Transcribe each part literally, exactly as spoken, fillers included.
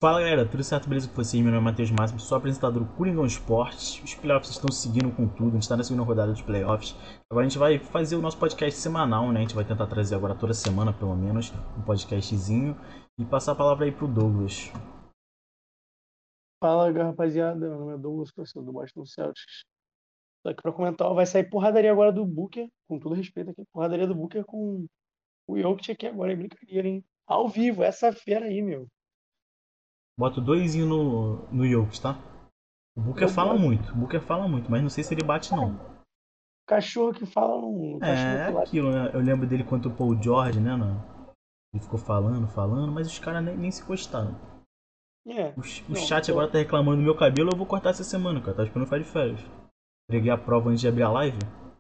Fala galera, tudo certo? Beleza com vocês? Meu nome é Matheus Máximo, sou apresentador do Coringão Esportes. Os playoffs estão seguindo com tudo, a gente está na segunda rodada dos playoffs. Agora a gente vai fazer o nosso podcast semanal, né? A gente vai tentar trazer agora toda semana, pelo menos, um podcastzinho e passar a palavra aí pro Douglas. Fala, rapaziada. Meu nome é Douglas, torcedor do Boston Celtics. Tô aqui pra comentar. Vai sair porradaria agora do Booker, com todo respeito aqui. Porradaria do Booker com o Jokic aqui agora. É brincadeira, hein? Ao vivo, essa fera aí, meu. Boto doisinho no, no Jokic, tá? O Booker Eu fala boto. muito, o Booker fala muito, mas não sei se ele bate não. Cachorro que fala um. Cachorro É que late. aquilo, né? Eu lembro dele contra o Paul George, né? no- Ele ficou falando, falando, mas os caras nem, nem se gostaram. É. O, ch- o Não, chat pô, agora tá reclamando do meu cabelo, eu vou cortar essa semana, cara. Tá esperando ficar de férias. Peguei a prova antes de abrir a live.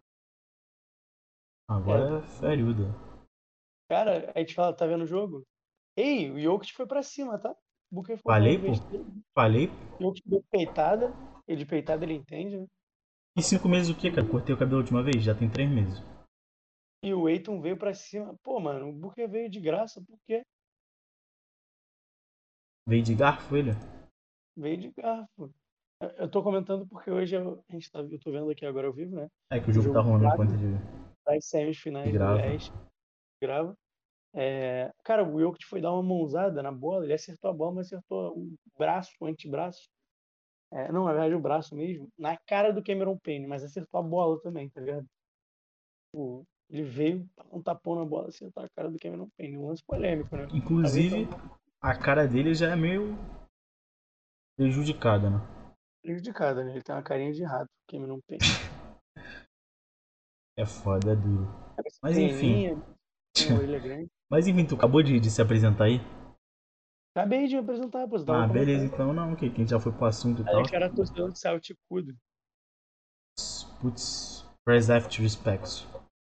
é. Agora é feriuda. Cara, a gente fala, tá vendo o jogo? Ei, o Jokic foi pra cima, tá? O Booker ficou Falei, falando pô. besteira. Falei. O Jokic deu peitada. Ele de peitada ele entende, né? E cinco meses o quê, cara? Cortei o cabelo a última vez? Já tem três meses. E o Aiton veio pra cima. Pô, mano, o Booker veio de graça, por quê? Veio de garfo ele? Veio de garfo. Eu eu tô comentando porque hoje eu, a gente tá, eu tô vendo aqui agora ao vivo, né? É que o O jogo tá jogo rolando enquanto quatro ele das semifinais do grava. Leste, grava. É, cara, o Jokic foi dar uma mãozada na bola, ele acertou a bola, mas acertou o braço, o antebraço. É, não, na verdade, o braço mesmo, na cara do Cameron Payne, mas acertou a bola também, tá ligado? Pô, ele veio, dar um tapão na bola, acertou a cara do Cameron Payne. Um lance polêmico, né? Tava Inclusive, reclamando, a cara dele já é meio prejudicada, né? prejudicado, né? Ele tem uma carinha de rato, Cameron Payne. É foda, é duro. Cabeça Mas enfim. pequenininha, tem uma orelha grande. Mas enfim, tu acabou de, de se apresentar aí? Acabei de me apresentar, pô, você tava Ah, beleza, comentando. então não, que quem já foi pro assunto e Aí tal. que era torcedor do Celticudo. Putz, preserve respects.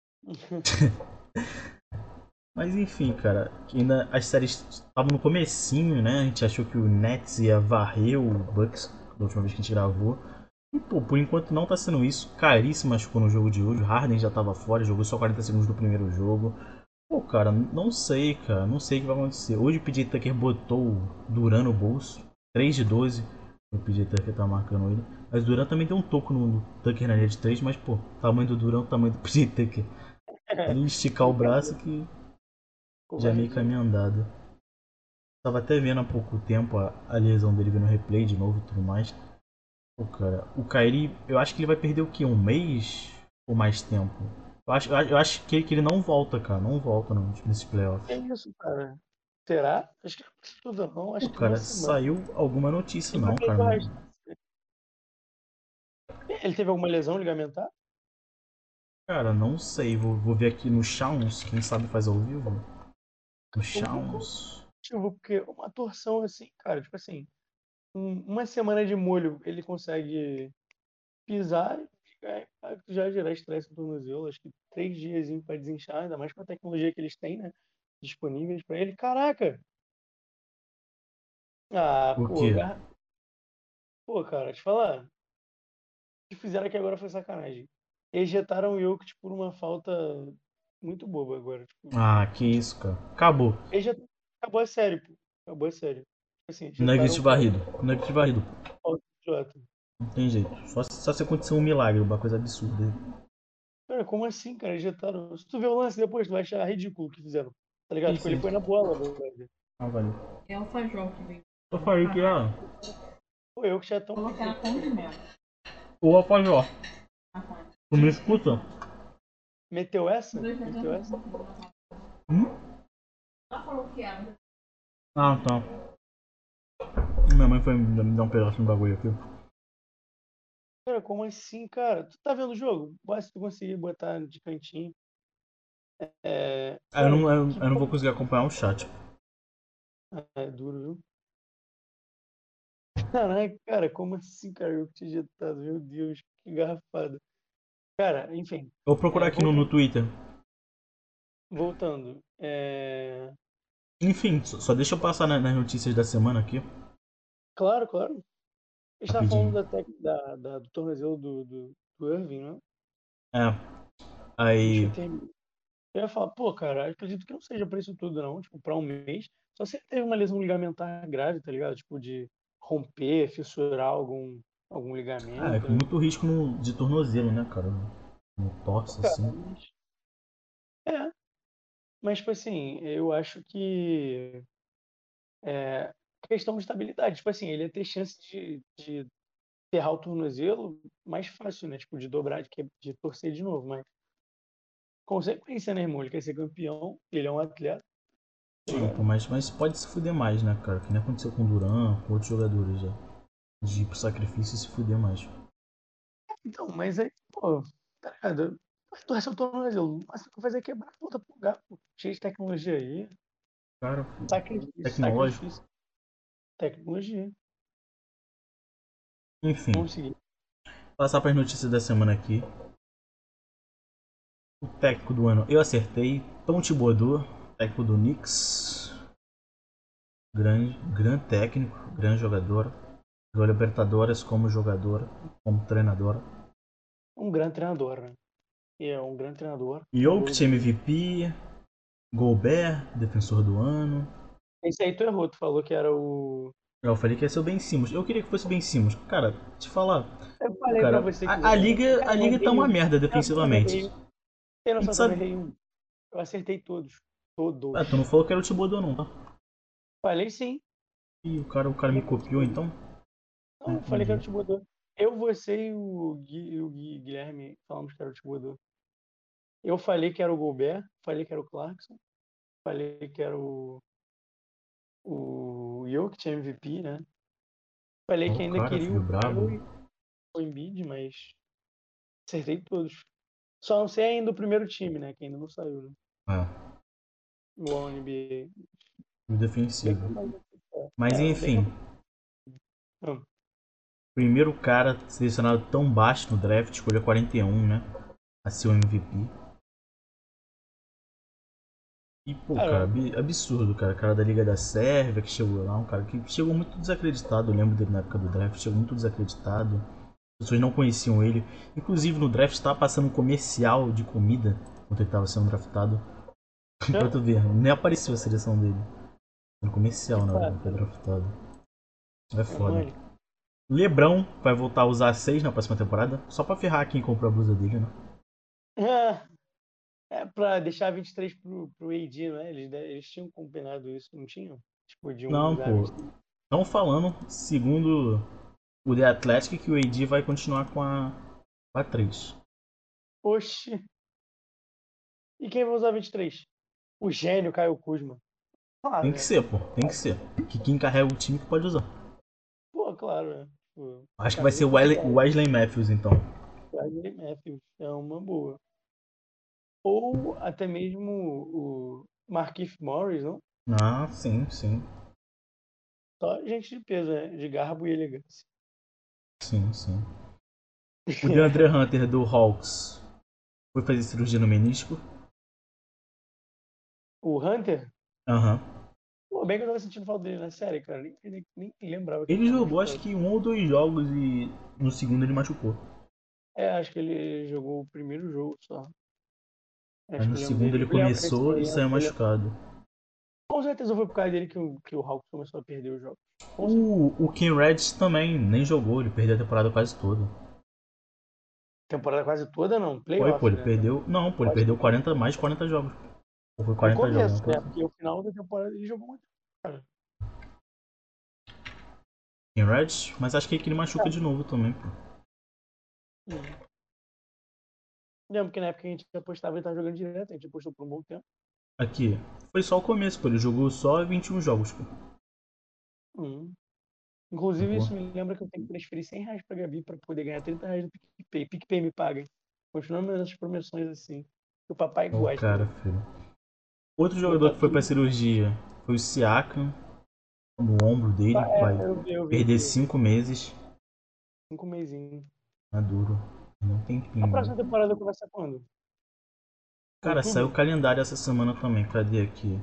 Mas enfim, cara, que ainda as séries estavam no comecinho, né? A gente achou que o Nets ia varrer o Bucks da última vez que a gente gravou. E, pô, por enquanto não tá sendo isso. Kyrie se machucou no jogo de hoje. O Harden já tava fora, jogou só quarenta segundos do primeiro jogo. Pô, cara, não sei, cara. Não sei o que vai acontecer. Hoje o P J Tucker botou o Duran no bolso. três de doze. O P J Tucker tá marcando ele. Mas o Duran também deu um toco no Tucker na linha de três. Mas, pô, o tamanho do Duran, o tamanho do P J Tucker. Ele esticar o braço Brincadeira, que já é meio covardia. caminho andado. Tava até vendo há pouco tempo a, a lesão dele vendo replay de novo e tudo mais. Pô, cara, o Kyrie, eu acho que ele vai perder o quê? Um mês ou mais tempo? Eu acho, eu acho eu acho que, que ele não volta, cara. Não volta não, nesses Que playoffs. isso, cara? Será? Acho que não é tudo não. Pô, Acho que uma cara, semana. saiu alguma notícia Ele vai não, cara. perder o resto. Ele teve alguma lesão ligamentar? Cara, não sei. Vou, vou ver aqui no Chauns, quem sabe faz ao vivo. No Ou por qual Chauns. motivo? Porque uma torção assim, cara, tipo assim, um- uma semana de molho ele consegue pisar e ficar- já gerar estresse no tornozelo. Acho que três dias para desinchar, ainda mais com a tecnologia que eles têm, né? Disponíveis para ele. Caraca! Ah, O pô, quê? gar... pô, cara, te falar. O que fizeram aqui agora foi sacanagem. Ejetaram o Jokic por uma falta muito boba agora. Tipo, Ah, que isso, cara. Acabou. ejet... acabou a série, pô. Acabou a série. Tipo assim, ejetaram Nuggets o cara varrido. por Nuggets varrido. falta idiota. Não tem jeito. Só, só se acontecer um milagre, uma coisa absurda. Cara, como assim, cara? Ejetaram. Se tu ver o lance depois, tu vai achar ridículo o que fizeram. Tá ligado? Sim, Tipo, ele sim. foi na bola, velho. Ah, valeu. É o Fajol que veio Eu falei que é Pô, eu que já é tão colocar pequeno. na condimento. o alfajor. Tu me escuta? Meteu essa? Meteu essa? Hum? Ela falou que era. Ah, tá. Minha mãe foi me dar um pedaço de bagulho aqui. Cara, como assim, cara? Tu tá vendo o jogo? Basta se tu conseguir botar de cantinho. É... Ah, eu Cara, não, eu, que eu não vou porra. conseguir acompanhar o chat. É duro, viu? Caraca, cara, como assim, cara? Eu tinha jetado, meu Deus, que garrafada. Cara, enfim, Eu vou procurar é, aqui no, no voltando, Twitter. voltando. É, Enfim, só, só deixa eu passar na- nas notícias da semana aqui, claro, claro. A gente tá falando rapidinho. da, tec... da, da- do tornozelo do, do, do Irving, né? É, A gente aí. tem... Eu ia falar, pô, cara, acredito que não seja pra isso tudo, não. Tipo, pra um mês. Só se ele teve uma lesão ligamentar grave, tá ligado? Tipo, de romper, fissurar algum, algum Ah, é ligamento, com né? muito risco no, de tornozelo, né, cara? No Pô, torce, cara, assim. mas... É, mas, tipo assim, eu acho que é questão de estabilidade. Tipo assim, ele ia ter chance de, de ferrar o tornozelo mais fácil, né? Tipo, de dobrar, de, que- de torcer de novo. Mas, consequência, né, irmão? Ele quer ser campeão, ele é um atleta, tá Não, pô, ligado? mas, mas pode se fuder mais, né, cara? Que nem aconteceu com o Duran, com outros jogadores já. De ir pro sacrifício e se fuder mais. Então, mas aí, pô, tá ligado? Vai torcer o tornozelo, mas o que vai fazer é quebrar a puta pro gato, pô. Cheio de tecnologia aí. Cara, Sacrifício, tecnológico. sacrifício, tecnologia. Enfim, Vamos seguir. passar para as notícias da semana aqui. O técnico do ano eu acertei. Tom Thibodeau, técnico do Knicks. Grande, grande técnico, grande jogador. Jogou Libertadores como jogador, como treinador. Um grande treinador, né? E é um grande treinador, treinador Jokic do mundo. M V P. Gobert, defensor do ano. Esse aí tu errou, tu falou que era o. Eu falei que ia ser o Ben Simmons. Eu queria que fosse o Ben Simmons. Cara, te falar. Eu Pô, falei pra cara, você que a, a era. liga, Cara, a eu liga tá errei uma um. merda Tem noção que eu também defensivamente. errei um. Tem A gente noção que eu também sabe. errei um. Eu acertei todos. Todos. Ah, tu não falou que era o Thibodeau não, tá? Falei sim. E o cara, o cara me Falei que era o copiou Thibodeau. então? Não Não, eu falei que era o entendi. Thibodeau. Eu, você e o, Gui, e o Gui- Guilherme falamos que era o Thibodeau. Eu falei que era o Gobert, falei que era o Clarkson, falei que era o, o Jokic M V P, né? Falei Ó, que o ainda cara, queria filho o brabo. Curry, o Embiid, mas acertei todos. Só não sei ainda o primeiro time, né? Que ainda não saiu, né? É, O All N B A. o Bem defensivo. capaz de Mas É, bem enfim, capaz. Hum. primeiro cara selecionado tão baixo no draft, escolha quarenta e um, né? A ser o M V P. E, pô, cara, Cara, ab- absurdo, cara. Cara da Liga da Sérvia que chegou lá, um cara que chegou muito desacreditado. Eu lembro dele na época do draft, chegou muito desacreditado. As pessoas não conheciam ele. Inclusive no draft estava passando um comercial de comida quando ele estava sendo draftado. Pra hã? tu ver, nem apareceu a seleção dele. No Que comercial na hora que ele foi parada. draftado. É É foda. mole. Lebrão vai voltar a usar seis na próxima temporada. Só pra ferrar quem comprou a blusa dele, né? Ah, é pra deixar vinte e três pro, pro A D, né? Eles, de- eles tinham combinado isso, não tinham? Tipo, de um Não, usar pô. vinte e três. Estão falando, segundo o The Athletic, que o A D vai continuar com a, com a três. Oxi. E quem vai usar vinte e três? O gênio Caio Kuzma. Claro, Tem que né? ser, pô. Tem que ser. Que quem carrega o time que pode usar. Pô, claro, né? Tipo, Acho que vai camisa ser o de Wesley qualidade. o Wesley Matthews, então. Wesley Matthews é uma boa. Ou até mesmo o Markieff Morris, não? Ah, sim, sim. Só gente de peso, né? De garbo e elegância. Sim, sim. O DeAndre Hunter do Hawks foi fazer cirurgia no menisco. O Hunter? Aham. Pô, bem que eu tava sentindo falta dele na série, cara. Nem, nem, nem lembrava que ele Ele tava jogou acho machucado. que um ou dois jogos e no segundo ele machucou. É, acho que ele jogou o primeiro jogo só. Mas Acho no que eu lembro segundo dele. ele Eu lembro desse, começou eu e lembro, saiu eu lembro. machucado. Com certeza foi por causa dele que o, que o Hawks começou a perder os jogos. Com certeza. O, o Ken Reddish também nem jogou, ele perdeu a temporada quase toda. Temporada quase toda, não. Foi, pô, Playoff, ele né? Tem- perdeu. Não, pô, ele Quase perdeu toda. quarenta, mais de quarenta jogos. Ou foi No quarenta jogos, uma começo, coisa né? assim. Porque o final da temporada ele jogou muito. Cara. Ken Reddish, mas acho que ele machuca de novo também, pô. Hum. Lembro que na época que a gente apostava ele tava jogando direto, a gente apostou por um bom tempo. Aqui, foi só o começo, pô, ele jogou só vinte e um jogos, pô. Hum. Inclusive, Pô, isso me lembra que eu tenho que transferir cem reais pra Gabi pra poder ganhar trinta reais do PicPay. PicPay me paga, hein? Continuamos essas promoções assim. O papai ó o gosta, cara, né? filho. Outro jogador Botar que foi pra tudo. cirurgia foi o Siakam, no ombro dele, Ah, vai é, eu vi, eu vi, eu perder vi, eu vi. cinco meses. Cinco mesinhos. Tá duro. Não tem A tempinho, próxima né? temporada começa quando? Cara, saiu o Outubro? calendário essa semana também. Cadê aqui?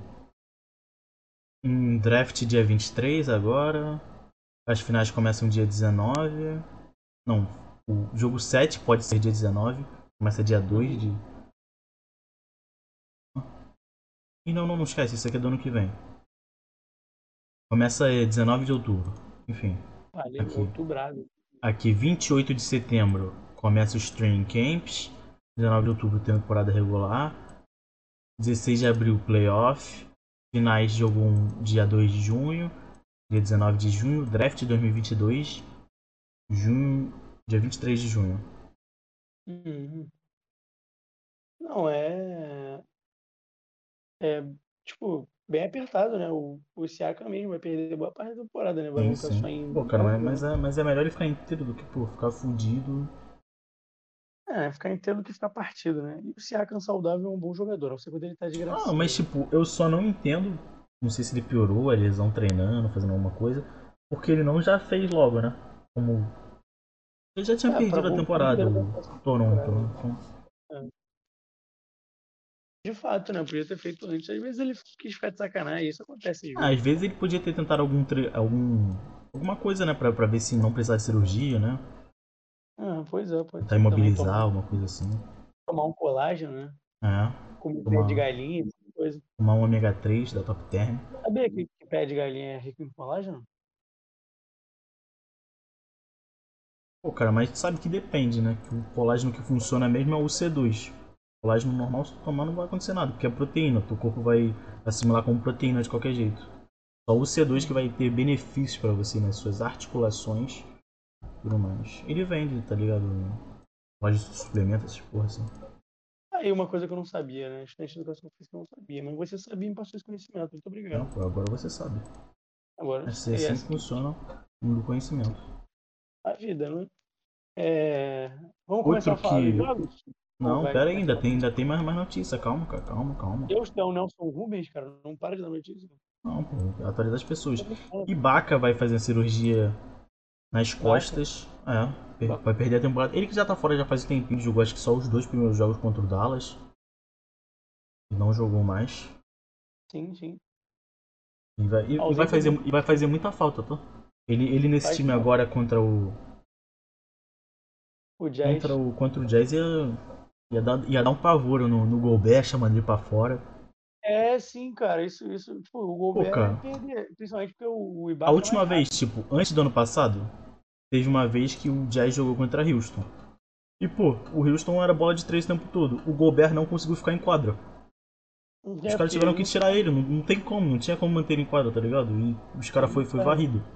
Em draft dia vinte e três agora. As finais começam dia dezenove. Não, o jogo sete pode ser dia dezenove. Começa dia dois Uhum. de. E não, não, não esquece, isso aqui é do ano que vem. Começa é, dezenove de outubro. Enfim, Valeu, aqui. outubrado. Aqui, vinte e oito de setembro, começa os Training Camps. dezenove de outubro, temporada regular. dezesseis de abril, playoff. Finais de jogo um, dia dois de junho. Dia dezenove de junho. Draft dois mil e vinte e dois. Junho, dia vinte e três de junho. Uhum. Não, é, é, tipo, bem apertado, né? O, o Siakam mesmo vai perder boa parte da temporada, né? Vai Sim, voltar sim. só em Pô, cara, mas, dezembro, mas, né? é, mas é melhor ele ficar inteiro do que, pô, ficar fudido. É, ficar inteiro do que ficar partido, né? E o Siakam saudável é um bom jogador, não sei quando ele tá de Ah, mas gracinha, né? tipo, eu só não entendo. Não sei se ele piorou a lesão treinando, fazendo alguma coisa. Porque ele não já fez logo, né? Como. Ele já tinha É, pra perdido a voltar ele temporada, deve o voltar essa Toronto, temporada, né? né? Então, É. De fato, né? Podia ter feito antes. Às vezes ele quis ficar de sacanagem, isso acontece às ah, às vezes. vezes ele podia ter tentado algum, tre- algum alguma coisa, né? Pra, pra ver se não precisar de cirurgia, né? Ah, pois é, pode Tentar ser também. imobilizar, Tomar, alguma coisa assim. tomar um colágeno, né? É. Comer pé de Tomar, galinha, essa coisa. tomar um ômega três da Top Term. Sabia que, que pé de galinha é rico em colágeno? Pô, cara, mas tu sabe que depende, né? Que o colágeno que funciona mesmo é o C dois. O colágeno normal, se tu tomar, não vai acontecer nada, porque é proteína. Teu corpo vai assimilar como proteína de qualquer jeito. Só o C dois que Uhum. vai ter benefícios pra você nas suas articulações e tudo mais. Ele vende, tá ligado? Loja de suplementos, essas porra assim. Aí uma coisa que eu não sabia, né? Estudante de educação física eu não sabia, mas você sabia e me passou esse conhecimento. Muito Não, obrigado. pô, agora você sabe. Agora eu Assim, sei, assim essa que que funciona o mundo do conhecimento. é a vida, né? É, vamos começar Outro a falar dos que. jogos? Ou Não, vai, pera aí, vai ainda falar? tem, ainda tem mais, mais notícia. Calma, cara, calma, calma. Deus tem o Nelson Rubens, cara, não para de dar notícia. Não, pô, atualidade das pessoas. Tô muito bom. Ibaka vai fazer a cirurgia nas Baca, costas. É, per- baca. vai perder a temporada. Ele que já tá fora já faz um tempinho, jogou acho que só os dois primeiros jogos contra o Dallas. E não jogou mais. Sim, sim. E vai, e, e vai Ausência fazer, do e vai fazer muita falta, tá? Ele, ele nesse faz time mesmo. agora contra o. O Contra Jazz. o, contra o Jazz ia, ia, dar, ia dar um pavor no, no Gobert, chamando ele pra fora. É, sim, cara. Isso, isso, tipo, o Pô, Gobert vai cara, perder. Principalmente porque o, o a Ibaka é mais última vez, rápido. tipo, antes do ano passado, teve uma vez que o Jazz jogou contra Houston. E, pô, o Houston era bola de três o tempo todo. O Gobert não conseguiu ficar em quadra. Os É, caras porque tiveram ele que não tem tirar como. ele, não, não tem como, não tinha como manter ele em quadra, tá ligado? E os caras foi, Não foi dá, né? varrido.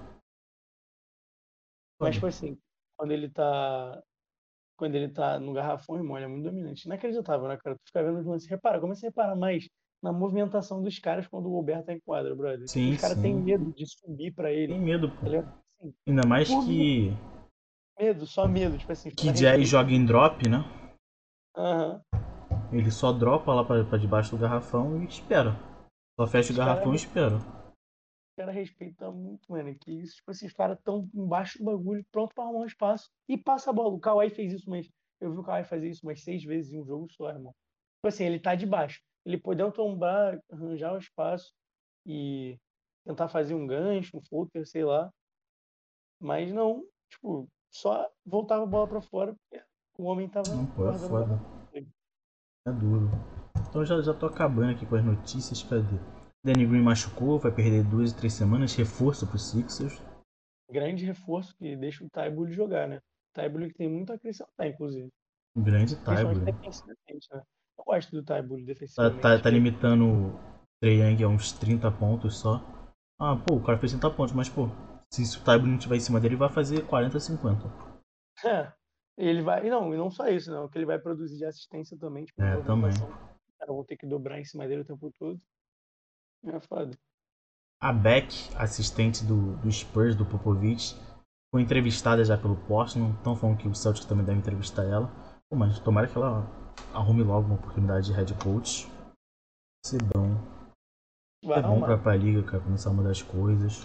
Mas, Foda. tipo assim, quando ele tá. Quando ele tá no garrafão, irmão, ele é muito dominante. Inacreditável, né, cara? Tu fica vendo os lances. Repara, começa a reparar mais na movimentação dos caras quando o Gobert tá em quadra, brother. Tipo, os Sim, caras têm sim. medo de subir pra ele. Tem medo, pô. Tá ligado? Assim, Ainda mais por que, medo, só medo. Tipo assim, que falta Jazz respeito. joga em drop, né? Aham. Ele só dropa lá pra, pra debaixo do garrafão e espera. Só fecha o Os caras garrafão e espera. cara respeita muito, mano. Que isso, tipo, esses caras tão embaixo do bagulho, pronto pra arrumar um espaço. E passa a bola. O Kawhi fez isso, mas eu vi o Kawhi fazer isso umas seis vezes em um jogo só, irmão. Tipo assim, ele tá de baixo. Ele podendo tombar, arranjar o espaço e tentar fazer um gancho, um floater, sei lá. Mas não, tipo, só voltava a bola pra fora porque o homem tava Não, pô, é guardando o foda. garrafão. É duro. Então já, já tô acabando aqui com as notícias. Cadê? Danny Green machucou, vai perder duas, três semanas. Reforço pro Sixers. Grande reforço que deixa o Tybule jogar, né? Tybule que tem muito a acrescentar, inclusive. Grande Principalmente Tybure. defensivamente, né? Eu gosto do Tybule Tá, tá, defensivamente. tá Ele... limitando o Trae Young a uns trinta pontos só. Ah, pô, o cara fez trinta pontos, mas pô, se o Tybure não tiver em cima dele, ele vai fazer quarenta, cinquenta. É, ele vai. E não, e não só isso, não. O que ele vai produzir de assistência também, tipo, É, também. movimentação. Os caras vão ter que dobrar em cima dele o tempo todo. É foda. A Beck, assistente do, do Spurs, do Popovich, foi entrevistada já pelo Portland. Estão falando que o Celtics também deve entrevistar ela. Pô, mas tomara que ela arrume logo uma oportunidade de head coach. Vai ser bom. Vai Vai ser bom pra, arrumar. pra liga, cara, começar a mudar as coisas.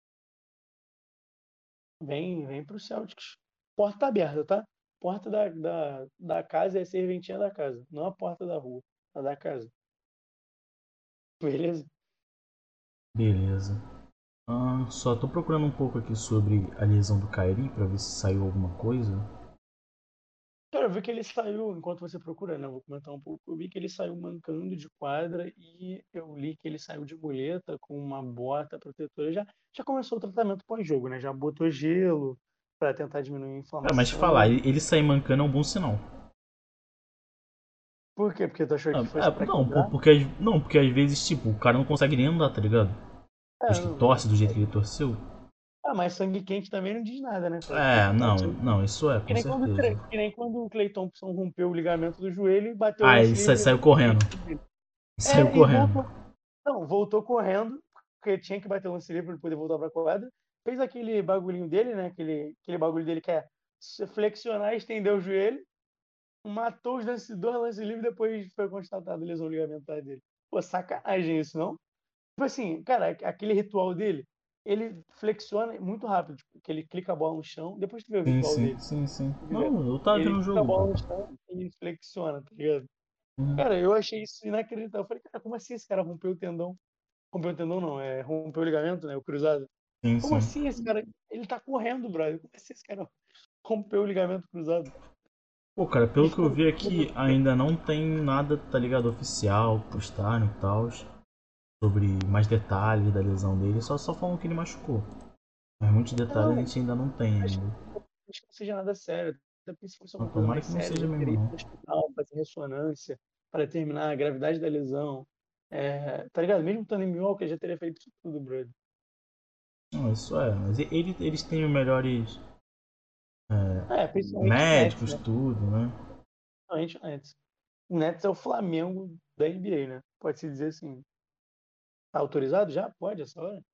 Vem, vem pro Celtics. Porta tá aberta, tá? Porta da, da, da casa é a serventinha da casa, não a porta da rua, a da casa. Beleza? Beleza. Ah, só tô procurando um pouco aqui sobre a lesão do Kyrie pra ver se saiu alguma coisa. Cara, eu vi que ele saiu, enquanto você procura, né? Vou comentar um pouco. Eu vi que ele saiu mancando de quadra e eu li que ele saiu de muleta com uma bota protetora. Já, já começou o tratamento pós-jogo, né? Já botou gelo para tentar diminuir a É, mas falar, inflamação. ele, ele sair mancando é um bom sinal. Por quê? Porque tu achou que foi Ah, só é, pra não, pô, quebrar? porque, às- não, porque às vezes, tipo, o cara não consegue nem andar, tá ligado? É, Depois que não, torce não. do jeito que ele torceu. Ah, mas sangue quente também não diz nada, né? Cara? Tem É, contato. não, não, isso é, Que com nem quando, o certeza. Tre- que nem quando o Clay Thompson rompeu o ligamento do joelho e bateu o Ah, lance ele sa- livre. saiu correndo. Saiu É, e correndo. voltou. Não, voltou correndo, porque tinha que bater o lance livre para poder voltar pra quadra. Fez aquele bagulhinho dele, né? Aquele, aquele bagulho dele que é se flexionar e estender o joelho. Matou os lance, dois lances livres, depois foi constatado lesão ligamentar dele. Pô, sacanagem isso, não? Tipo assim, cara, aquele ritual dele, ele flexiona muito rápido, tipo, que ele clica a bola no chão. Depois tu vê o Sim, ritual sim, dele. sim, sim. Se tiver. Não, eu tava Ele vendo o clica a jogo, pô. bola no chão e flexiona, tá ligado? Uhum. Cara, eu achei isso inacreditável. Eu falei, cara, como assim esse cara rompeu o tendão? Rompeu o tendão não, é rompeu o ligamento, né? O cruzado. Sim, Como sim. assim esse cara? Ele tá correndo, brother. Como assim esse cara rompeu o ligamento cruzado? Pô, cara, Ele pelo que eu ficou. vi aqui, ainda não tem nada, tá ligado, oficial, postado e tal, sobre mais detalhes da lesão dele. Só, só falam que ele machucou. Mas muitos detalhes a Não, gente ainda não tem acho, ainda. acho que não seja nada sério. Até porque se fosse Mas alguma coisa tomara mais que não séria, seja já mesmo, teria ido não. no hospital, fazer ressonância, para determinar a gravidade da lesão. É, tá ligado? Mesmo estando em minhoca, já teria feito isso tudo, brother. Não, isso é, mas e- ele, eles têm os melhores É, principalmente o Nets, médicos, né? tudo, né? Principalmente o Nets. O Nets é o Flamengo da N B A, né? Pode-se dizer assim. Tá autorizado já? Pode, essa hora?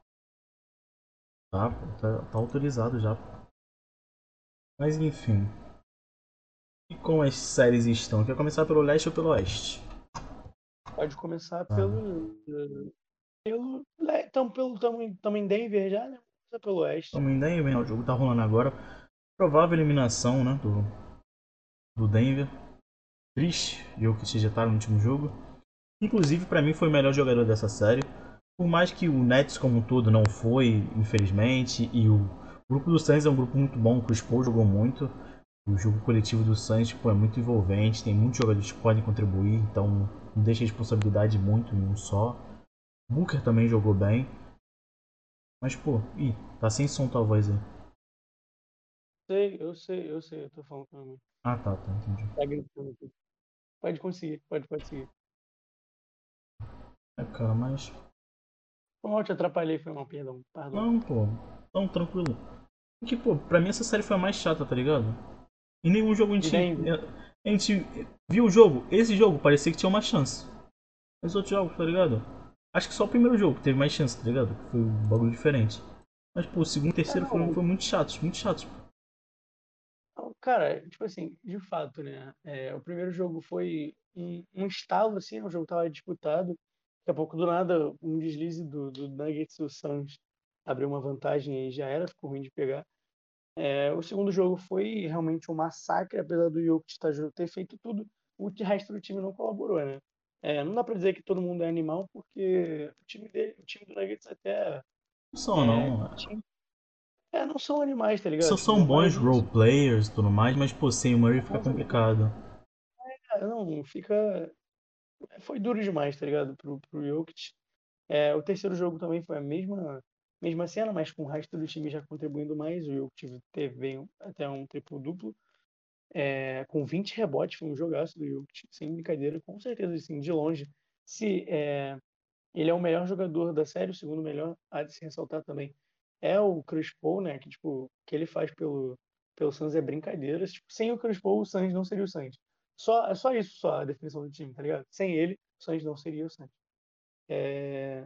Tá, pô, tá, tá autorizado já. Mas enfim. E como as séries estão? Quer começar pelo leste ou pelo oeste? Pode começar Tá. pelo. pelo Estamos pelo, tamo, em- tamo em Denver já, né? Começa pelo Oeste. Vamos em Denver, né? O jogo tá rolando agora. Provável eliminação, né? Do, do Denver. Triste, Jokic já tá no último jogo. Inclusive, pra mim, foi o melhor jogador dessa série. Por mais que o Nets como um todo não foi, infelizmente, e o grupo do Suns é um grupo muito bom, o Chris Paul jogou muito. O jogo coletivo do Suns tipo, é muito envolvente, tem muitos jogadores que podem contribuir, então não deixa a responsabilidade muito em um só. Booker também jogou bem. Mas, pô, ih, tá sem som tua voz aí. Sei, eu sei, eu sei, eu tô falando com a mãe. Ah, tá, tá, entendi. Tá gritando aqui. Pode conseguir, pode, pode seguir. É, cara, mas. Foi mal, te atrapalhei, foi mal, perdão, perdão. Não, pô, tão tranquilo. Porque, pô, pra mim essa série foi a mais chata, tá ligado? Em nenhum jogo a De gente. Denver. A gente viu o jogo, esse jogo parecia que tinha uma chance. Os outros jogos, tá ligado? Acho que só o primeiro jogo que teve mais chance, tá ligado? Foi um bagulho diferente. Mas, pô, o segundo e o É, terceiro foram, não, foram muito chatos, muito chatos. não, cara, tipo assim, de fato, né? É, o primeiro jogo foi um, um estalo, assim, o jogo tava disputado. Daqui a pouco, do nada, um deslize do, do Nuggets e o Suns abriu uma vantagem e já era, ficou ruim de pegar. É, o segundo jogo foi realmente um massacre, apesar do Jokic tá- ter feito tudo, o resto do time não colaborou, né? É, não dá pra dizer que todo mundo é animal, porque o time dele, o time do Nuggets até Não são, é, não. tinha- é, não são animais, tá Só ligado? são Tipo, bons mas role isso players e tudo mais, mas, pô, sem o Murray fica bons jogadores. complicado. É, não fica, foi duro demais, tá ligado? Pro, pro Jokic. É, o terceiro jogo também foi a mesma mesma cena, mas com o resto do time já contribuindo mais. O Jokic teve até um triplo-duplo. É, com vinte rebotes, foi um jogaço do Jokic, sem brincadeira, com certeza, assim, de longe. Se é, ele é o melhor jogador da série, o segundo melhor, há de se ressaltar também, é o Chris Paul, né? Que, tipo, o que ele faz pelo, pelo Suns é brincadeira. Tipo, sem o Chris Paul, o Suns não seria o Suns. Só, é só isso, só a definição do time, tá ligado? Sem ele, o Suns não seria o Suns. É,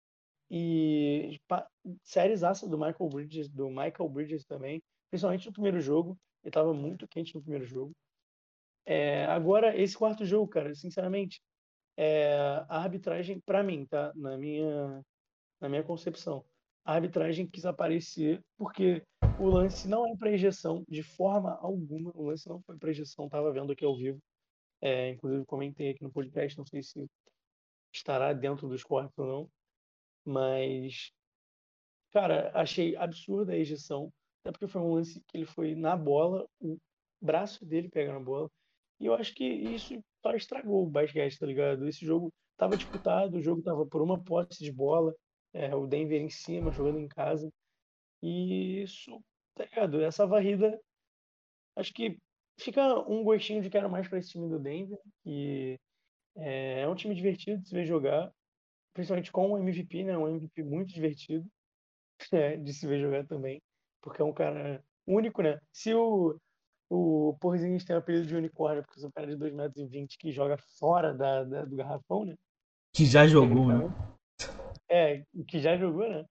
e pa, séries aças do Michael Bridges, do Michael Bridges também, principalmente no primeiro jogo. Ele estava muito quente no primeiro jogo. É, agora, esse quarto jogo, cara, sinceramente, é, a arbitragem, pra mim, tá? Na minha, na minha concepção, a arbitragem quis aparecer porque o lance não é para ejeção de forma alguma. O lance não foi para ejeção, tava vendo aqui ao vivo. É, inclusive, comentei aqui no podcast, não sei se estará dentro dos cortes ou não, mas, cara, achei absurda a ejeção, até porque foi um lance que ele foi na bola. braço dele pegando a bola. E eu acho que isso só estragou o basquete, tá ligado? Esse jogo tava disputado, o jogo tava por uma posse de bola, é, o Denver em cima, jogando em casa. E isso, tá ligado? Essa varrida, acho que fica um gostinho de quero mais pra esse time do Denver, que é, é um time divertido de se ver jogar, principalmente com o M V P, né? Um M V P muito divertido é, de se ver jogar também, porque é um cara único, né? Se o, o Porzingis tem o apelido de unicórnio, porque é um cara de dois metros e vinte que joga fora da, da- do garrafão, né? Que já jogou, né? Tecnicamente. É, que já jogou, né?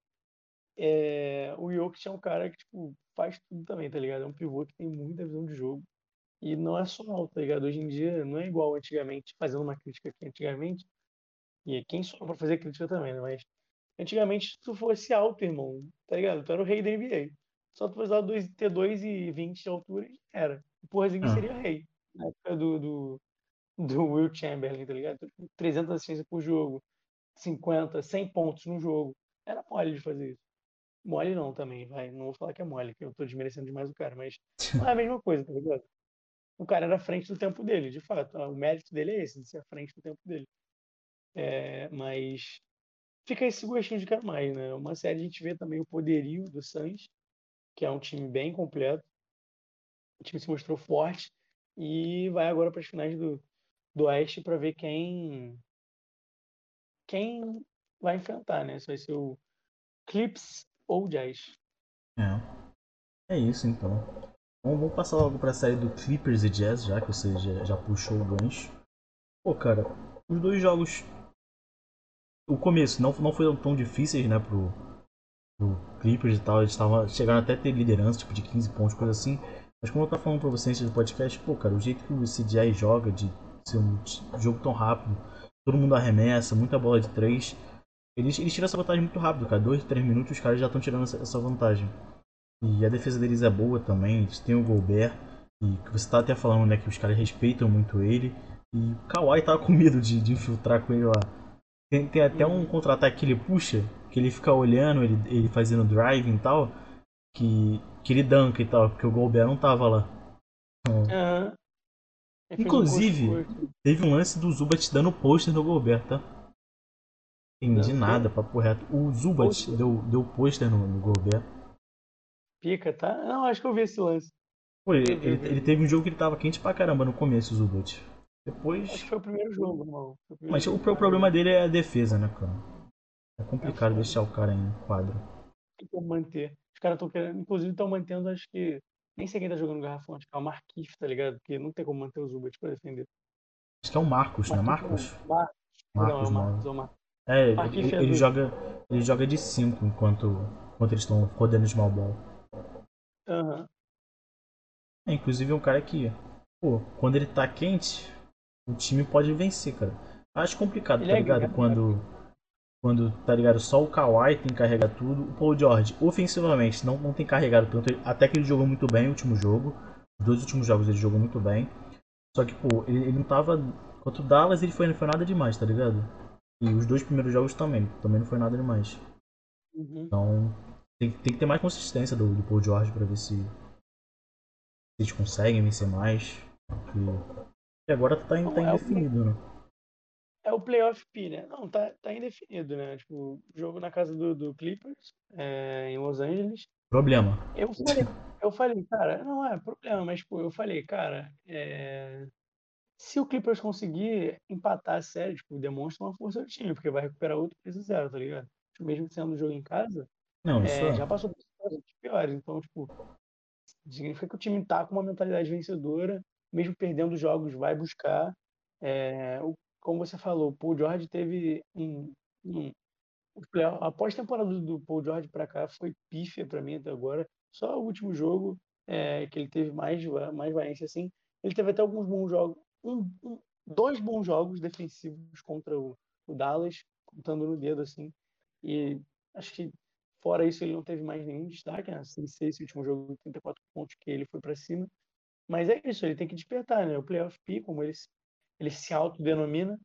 É, o Jokic é um cara que, tipo, faz tudo também, tá ligado? É um pivô que tem muita visão de jogo. E não é só alto, tá ligado? Hoje em dia não é igual antigamente, fazendo uma crítica aqui antigamente. E quem sou eu pra fazer crítica também, né? Mas antigamente, se tu fosse alto, irmão, tá ligado? Tu era o rei da N B A. Só tu precisava dois- ter dois e vinte de altura e era. O Porzingis Ah, seria rei. Na época do, do, do Will Chamberlain, tá ligado? trezentas assistências por jogo, cinquenta, cem pontos no jogo. Era mole de fazer isso. Mole não também, vai. Não vou falar que é mole, que eu tô desmerecendo demais o cara, mas não é a mesma coisa, tá ligado? O cara era à frente do tempo dele, de fato. O mérito dele é esse, de ser à frente do tempo dele. É, mas fica esse gostinho de quero mais, né? Uma série a gente vê também o poderio do Suns, que é um time bem completo. O time se mostrou forte e vai agora para as finais do, do Oeste para ver quem quem vai enfrentar, né? Se vai ser o Clips ou o Jazz. é. É isso então. Bom, vamos passar logo pra série do Clippers e Jazz, já que você já, já puxou o gancho. Pô, cara, os dois jogos. O começo não, não foram tão difíceis, né, pro, pro Clippers e tal. Eles estavam chegando até a ter liderança, tipo de quinze pontos, coisa assim. Mas como eu tava falando pra você antes do podcast, pô, cara, o jeito que o C J joga, de ser um jogo tão rápido, todo mundo arremessa, muita bola de três. Eles, eles tiram essa vantagem muito rápido, cara. Dois, três minutos os caras já estão tirando essa, essa vantagem. E a defesa deles é boa também. Eles têm o Gobert. E que você tá até falando, né, que os caras respeitam muito ele. E o Kawhi tava com medo de, de infiltrar com ele lá. Tem, tem até um Uhum. contra-ataque que ele puxa, que ele fica olhando, ele, ele fazendo driving e tal, que, que ele danca e tal, porque o Gobert não tava lá. Então, Aham. Ele fez um coast to inclusive, coast. teve um lance do Zubat dando pôster no Gobert, tá? Entendi Dando o quê? nada, papo reto. O Zubat Poster. deu, deu pôster no, no Gobert. Pica, tá? Não, acho que eu vi esse lance. Pô, ele, Eu vi, eu ele, vi, eu ele vi. teve um jogo que ele tava quente pra caramba no começo, o Zubat. Acho que Depois. foi o primeiro jogo, irmão. Foi o primeiro Mas o jogo, pro- mais ou problema menos. dele é a defesa, né, cara? É É complicado foda. deixar o cara em quadro. Tem como manter. Os caras estão querendo, inclusive estão mantendo, acho que. Nem sei quem tá jogando garrafão, acho que é o Marquinhos, tá ligado? Porque não tem como manter o Zubat pra defender. Acho que é o Marcos, né? Marquinhos não. Marcos? Mar... Perdão, é Marcos o nove. Marcos, é o Marcos. É, Marquinhos ele, é ele doido. joga. Ele joga de cinco enquanto, enquanto eles estão rodando small ball. Aham. É, inclusive é um cara que, pô, quando ele tá quente, o time pode vencer, cara. Acho complicado, Ele tá é ligado? agrega, cara. Quando, quando tá ligado, só o Kawhi tem que carregar tudo. O Paul George, ofensivamente, não, não tem carregado tanto. Até que ele jogou muito bem o último jogo. Os dois últimos jogos ele jogou muito bem. Só que, pô, ele, ele não tava. Contra o Dallas ele foi, não foi nada demais, tá ligado? E os dois primeiros jogos também, também não foi nada demais. Uhum. Então, tem, tem que ter mais consistência do, do Paul George pra ver se, se eles conseguem vencer mais. Porque, porque agora tá, tá Não, é o, play- indefinido, né? é o playoff P, né? Não, tá, tá indefinido, né? Tipo, jogo na casa do, do Clippers, é, em Los Angeles. Problema. Eu falei, eu falei, cara, não é problema, mas tipo, eu falei, cara, é, se o Clippers conseguir empatar a série, tipo, demonstra uma força do time, porque vai recuperar outro três a zero, tá ligado? Tipo, mesmo sendo um jogo em casa, Não, isso é, é. já passou por situações piores. Então, tipo, significa que o time tá com uma mentalidade vencedora, mesmo perdendo jogos, vai buscar. É, o- como você falou, o Paul George teve um, um os playoff- a pós-temporada do do Paul George para cá foi pífia para mim até agora. Só o último jogo é, que ele teve mais, va- mais valência assim. Ele teve até alguns bons jogos, um, um- dois bons jogos defensivos contra o, o Dallas, contando no dedo assim. E acho que fora isso ele não teve mais nenhum destaque, né? Sem ser esse último jogo de trinta e quatro pontos que ele foi para cima. Mas é isso, ele tem que despertar, né? O playoff P, como ele, se- ele se autodenomina,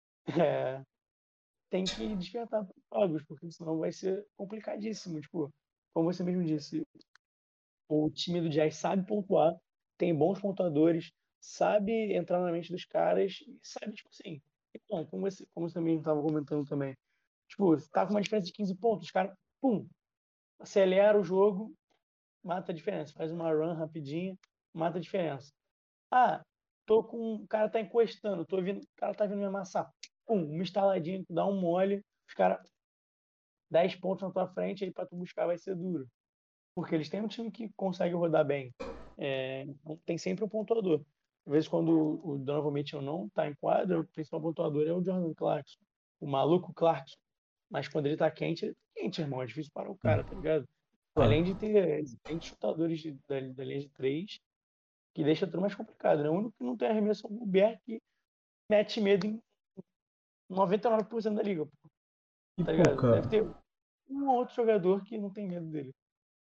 é, tem que despertar para jogos, porque senão vai ser complicadíssimo. Tipo, como você mesmo disse, o time do Jazz sabe pontuar, tem bons pontuadores, sabe entrar na mente dos caras e sabe, tipo assim, bom, como você, como você também estava comentando também, tipo, você tá com uma diferença de quinze pontos, os caras, pum, acelera o jogo, mata a diferença, faz uma run rapidinha, mata a diferença. Ah, tô com, o cara tá encostando, tô vindo, o cara tá vindo me amassar, pum, uma instaladinha, dá um mole, os caras dez pontos na tua frente, aí pra tu buscar vai ser duro. Porque eles têm um time que consegue rodar bem. É, então tem sempre um pontuador. Às vezes, quando o Donovan Mitchell não tá em quadra, o principal pontuador é o Jordan Clarkson, o maluco Clarkson. Mas quando ele tá quente, ele tá quente, irmão. É difícil parar o cara, tá ligado? Além de Claro. ter excelentes chutadores de- da, da linha de três, que deixa tudo mais complicado, né? O único que não tem arremesso é o Gobert, que mete medo em noventa e nove por cento da liga, pô, E tá pô, ligado? cara, Deve ter um ou outro jogador que não tem medo dele.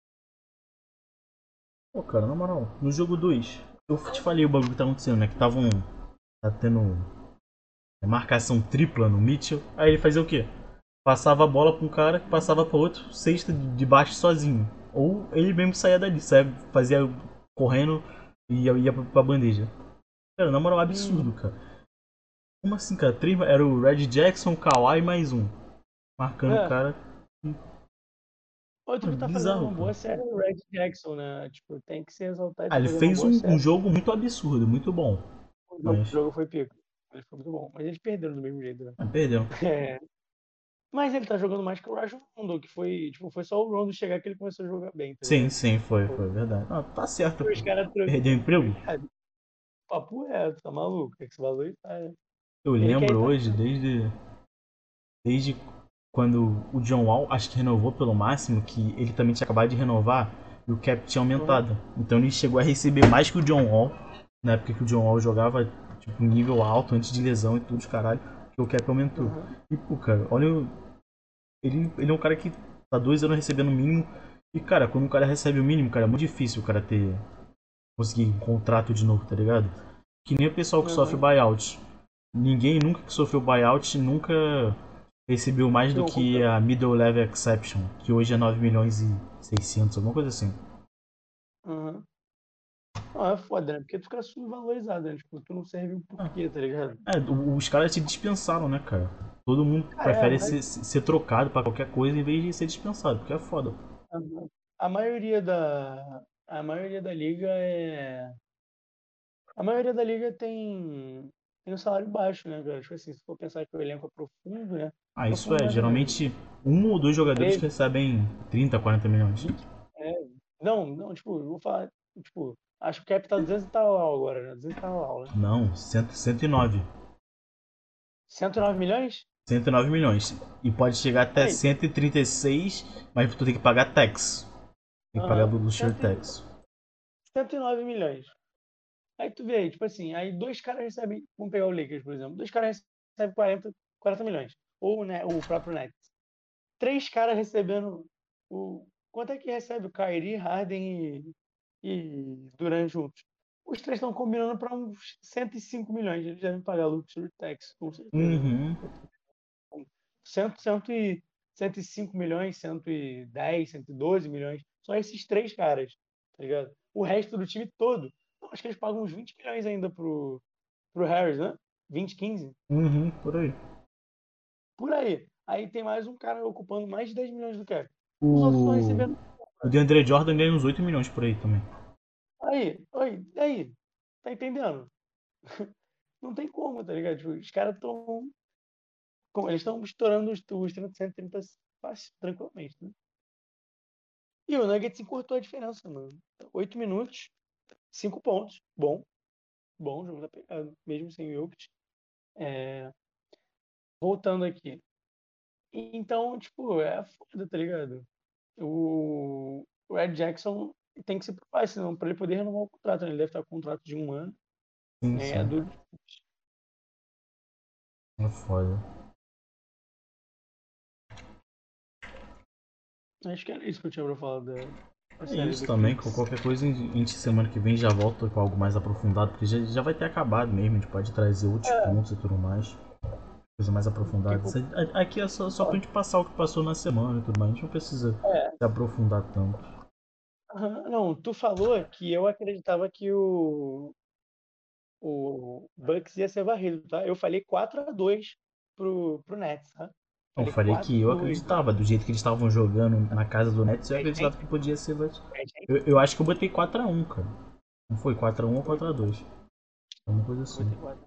pô, cara, na moral, no jogo dois eu te falei o bagulho que tá acontecendo, né? Que estavam. Tá tendo marcação tripla no Mitchell. Aí ele fazia o quê? Passava a bola pra um cara que passava pra outro, cesta de baixo sozinho. Ou ele mesmo saía dali, saía, fazia correndo e ia, ia pra, pra bandeja. Cara, na moral, absurdo, Uhum. cara. Como assim, cara? Três- Era o Red Jackson, Kawhi mais um. Marcando o É, cara. outro Mano, que tá fazendo bizarro, uma cara. boa série é o Red Jackson, né? Tipo, tem que se exaltar e Ah, tá ele fazendo uma fez boa um, um série. jogo muito absurdo, muito bom. O jogo, o Mas. jogo foi pico. Ele foi muito bom. Mas eles perderam do mesmo jeito, né? Ah, perdeu. É. Mas ele tá jogando mais que o Rajon Rondo, que foi, tipo, foi só o Rondo chegar que ele começou a jogar bem, tá Sim, ligado? sim, foi, Pô, foi verdade. Ah, tá certo, pô. os caras trocam. Perdeu o emprego? Papo reto, tá maluco? É que esse valor tá. Eu Ele quer ir lembro pra hoje, frente. desde, desde quando o John Wall, acho que renovou pelo máximo, que ele também tinha acabado de renovar e o cap tinha Uhum, aumentado. Então ele chegou a receber mais que o John Wall, na época que o John Wall jogava tipo nível alto, antes de lesão e tudo, caralho, que o cap aumentou. uhum. E pô, cara, olha, o- ele, ele é um cara que tá dois anos recebendo o mínimo. E cara, quando um cara recebe o mínimo, cara, é muito difícil o cara ter conseguir um contrato de novo, tá ligado? Que nem o pessoal que sofre Uhum. buyout. Ninguém nunca que sofreu buyout nunca recebeu mais do Pegou um que contrato. a middle level exception, que hoje é nove milhões e seiscentos, alguma coisa assim. Uhum. Não, é foda, né? Porque tu fica subvalorizado, né? Tipo, tu não serve o porquê, tá ligado? É, os caras se dispensaram, né, cara? Todo mundo Ah, é, prefere mas ser, ser trocado pra qualquer coisa em vez de ser dispensado, porque é foda. a, a maioria da a maioria da liga é a maioria da liga tem tem um salário baixo, né, cara? Tipo assim, se for pensar que o elenco é profundo, né? Ah, isso Profundo é, mais ou menos. geralmente um ou dois jogadores que treze, recebem trinta, quarenta milhões. vinte, é, não, não, tipo, eu vou falar, tipo, acho que o cap tá duzentos e tal agora, né? duzentos e tal, né? Não, cem, cento e nove. cento e nove milhões? cento e nove milhões. E pode chegar até Aí, cento e trinta e seis, mas tu tem que pagar tax. Tem que pagar aham, luxury cento e- tax. cento e nove milhões. Aí tu vê aí, tipo assim, aí dois caras recebem, vamos pegar o Lakers, por exemplo, dois caras recebem quarenta quarenta milhões. Ou né, o próprio Nets. Três caras recebendo o. Quanto é que recebe o Kyrie, Harden e, e Durant juntos? Os três estão combinando para uns cento e cinco milhões. Eles devem pagar luxury tax, com certeza, né? Uhum. cem, cem e, cento e cinco milhões, cento e dez, cento e doze milhões. Só esses três caras, tá ligado? O resto do time todo. Não, acho que eles pagam uns vinte milhões ainda pro, pro Harris, né? vinte, quinze. Uhum, por aí. Por aí. Aí tem mais um cara ocupando mais de dez milhões do cap. Os outros estão O, recebendo. o DeAndre Jordan ganha uns oito milhões por aí também. Aí, aí, aí. Tá entendendo? Não tem como, tá ligado? Tipo, os caras estão. Eles estão estourando os, os cento e trinta fácil, tranquilamente, né? E o Nuggets encurtou a diferença, mano. Oito minutos, cinco pontos. Bom, bom, o jogo tá pegado, mesmo sem o Jokic. É, voltando aqui. Então, tipo, é foda, tá ligado? O, o Red Jackson tem que se preocupar, senão, pra ele poder renovar o contrato, né? Ele deve estar com um contrato de um ano, Sim, né? É sim. do, É foda. acho que era isso que eu tinha pra falar da, da É série isso do também, com Knicks. qualquer coisa a gente semana que vem já volta com algo mais aprofundado, porque já, já vai ter acabado mesmo, a gente pode trazer outros É, pontos e tudo mais. Coisa mais que, aprofundada. Isso a- Aqui é só, só pra gente passar o que passou na semana e tudo mais, a gente não precisa é, se aprofundar tanto. Aham, não, tu falou que eu acreditava que o, o Bucks ia ser varrido, tá? Eu falei quatro a dois pro, pro Nets, tá? Eu Falei falei quatro que a eu dois. acreditava, do jeito que eles estavam jogando na casa do Nets, eu É, acreditava gente, que podia ser. But- é, gente, Eu, eu acho que eu botei quatro a um, cara. Não foi quatro a um ou eu quatro a dois? Alguma coisa eu assim. botei quatro.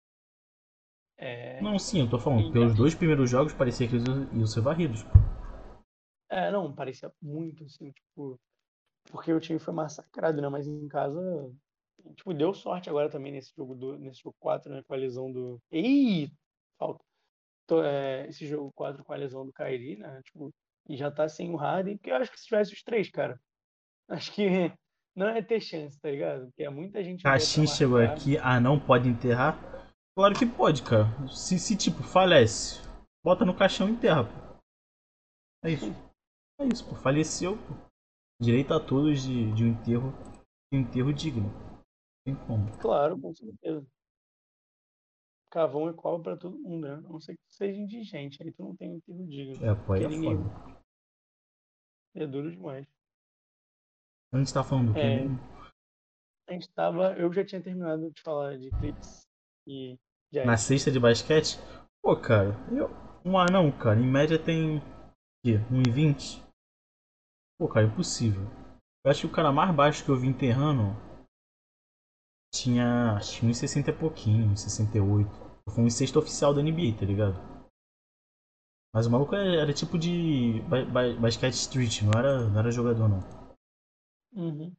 É, Não, sim, eu tô falando. e Pelos acho, dois primeiros jogos parecia que eles iam iam ser varridos. é, não, parecia muito, assim, tipo, porque o time foi massacrado, né? Mas em casa, tipo, deu sorte agora também nesse jogo do, nesse jogo quatro, né? Com a lesão do. Ih! Falta. Tô, é, esse jogo quatro com a lesão do Kyrie, né? Tipo, e já tá sem o Harden, porque eu acho que se tivesse os três, cara, acho que não ia ter chance, tá ligado? Porque é muita gente boa pra Caixinha chegou marcar. aqui. Ah, não pode enterrar? Claro que pode, cara. Se, se tipo, falece, bota no caixão e enterra, pô. É isso. É isso, pô. Faleceu, pô. Direito a todos de, de um enterro. De um enterro digno. Tem como. Claro, com certeza. Cavão é cobra pra todo mundo, né? A não ser que tu seja indigente, aí tu não tem enterro digno. É, pô, aí Porque é foda. ninguém é duro demais. A gente tá falando do que É, mesmo? a gente tava. Eu já tinha terminado de falar de Clips e Na Jazz. cesta de basquete? Pô, cara, eu. Um anão, cara, em média tem. O quê? um e vinte? Pô, cara, impossível. Eu acho que o cara mais baixo que eu vi enterrando tinha. Acho que um e sessenta e pouquinho, um e sessenta e oito. Foi um sexto oficial da N B A, tá ligado? Mas o maluco era, era tipo de ba ba basquete street, não era, não era jogador não. Uhum.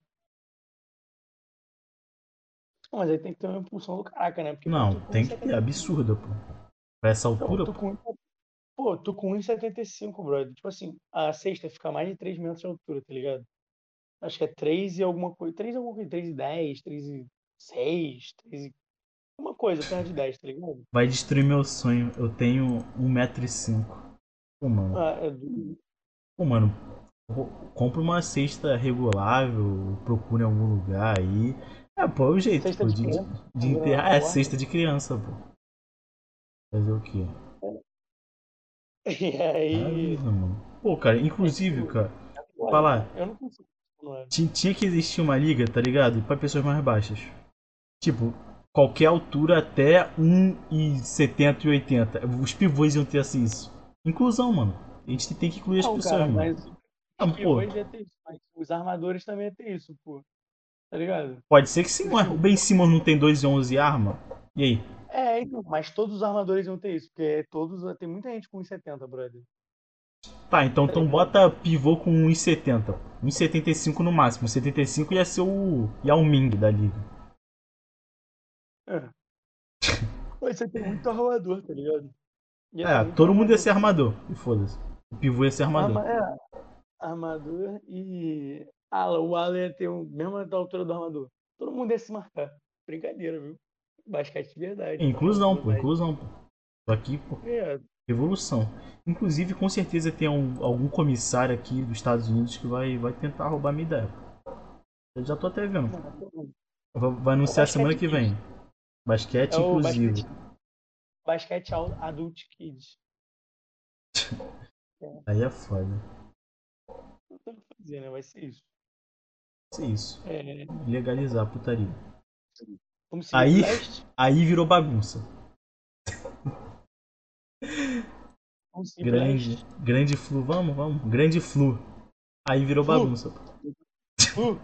Mas aí tem que ter uma impulsão do caraca, né? Porque, pô, Não, tu com tem que ter, um e setenta e cinco. absurda, pô. Pra essa Não, altura, tu pô. com, pô, tu com um e setenta e cinco, brother. Tipo assim, a cesta fica a mais de três metros de altura, tá ligado? Acho que é três e alguma coisa. Três e alguma coisa. Três e dez, três e seis, três e... Uma coisa perto de dez, tá ligado? Vai destruir meu sonho. Eu tenho um metro e cinco. Pô, mano. Ah, é do... Pô, mano. Compra uma cesta regulável, procura em algum lugar aí. É, pô, é o jeito, Cesta pô, de de, de, criança, de fazendo na enterrar. É, porta. cesta de criança, pô. Fazer o quê? E É a aí, vida, mano. Pô, cara, é inclusive, tipo, cara, é foda, falar, cara. Eu não consigo. Mano. ti- tinha que existir uma liga, tá ligado? Pra pessoas mais baixas. Tipo, qualquer altura até um e setenta e oitenta. Os pivôs iam ter assim isso. Inclusão, mano. A gente tem que incluir as Não, pessoas, cara, mano. mas Ah, os pô, pivôs iam ter isso, mas os armadores também iam ter isso, pô. Tá ligado? pode ser que sim, Os mas o pivôs. Ben Simmons não tem dois e onze arma? E aí? É, então, mas todos os armadores iam ter isso, porque todos. Tem muita gente com um e setenta, brother. Tá, então, Tá então ligado? bota pivô com um e setenta. um e setenta e cinco no máximo. setenta e cinco ia ser o Yao Ming da liga. É. Mas você tem muito armador, tá ligado? Ia ter É, muito todo mundo ia armador. ser armador. E foda-se. O pivô ia ser armador. Arma, é, armador e. Ala, o ala ia ter o mesmo da altura do armador. Todo mundo ia se marcar. Brincadeira, viu? Basquete de É, verdade, só pra inclusão, pô, botar aí. inclusão, pô. Tô aqui, pô. É, Revolução. Inclusive, com certeza tem um- algum comissário aqui dos Estados Unidos que vai, vai tentar roubar minha ideia. Eu já tô até vendo. não, é todo mundo. Vai, vai É o anunciar semana basquete que kids. vem. É Basquete o inclusivo. basquete, basquete al- adult kids. É, Aí é foda. não tem o que fazer, né? Vai ser isso. Isso é isso. É, Legalizar a putaria. vamos seguir pro Aí, leste? aí virou bagunça. Vamos seguir pro Grande, leste? grande flu, vamos, vamos. Grande flu. Aí virou Flu! bagunça. Flu!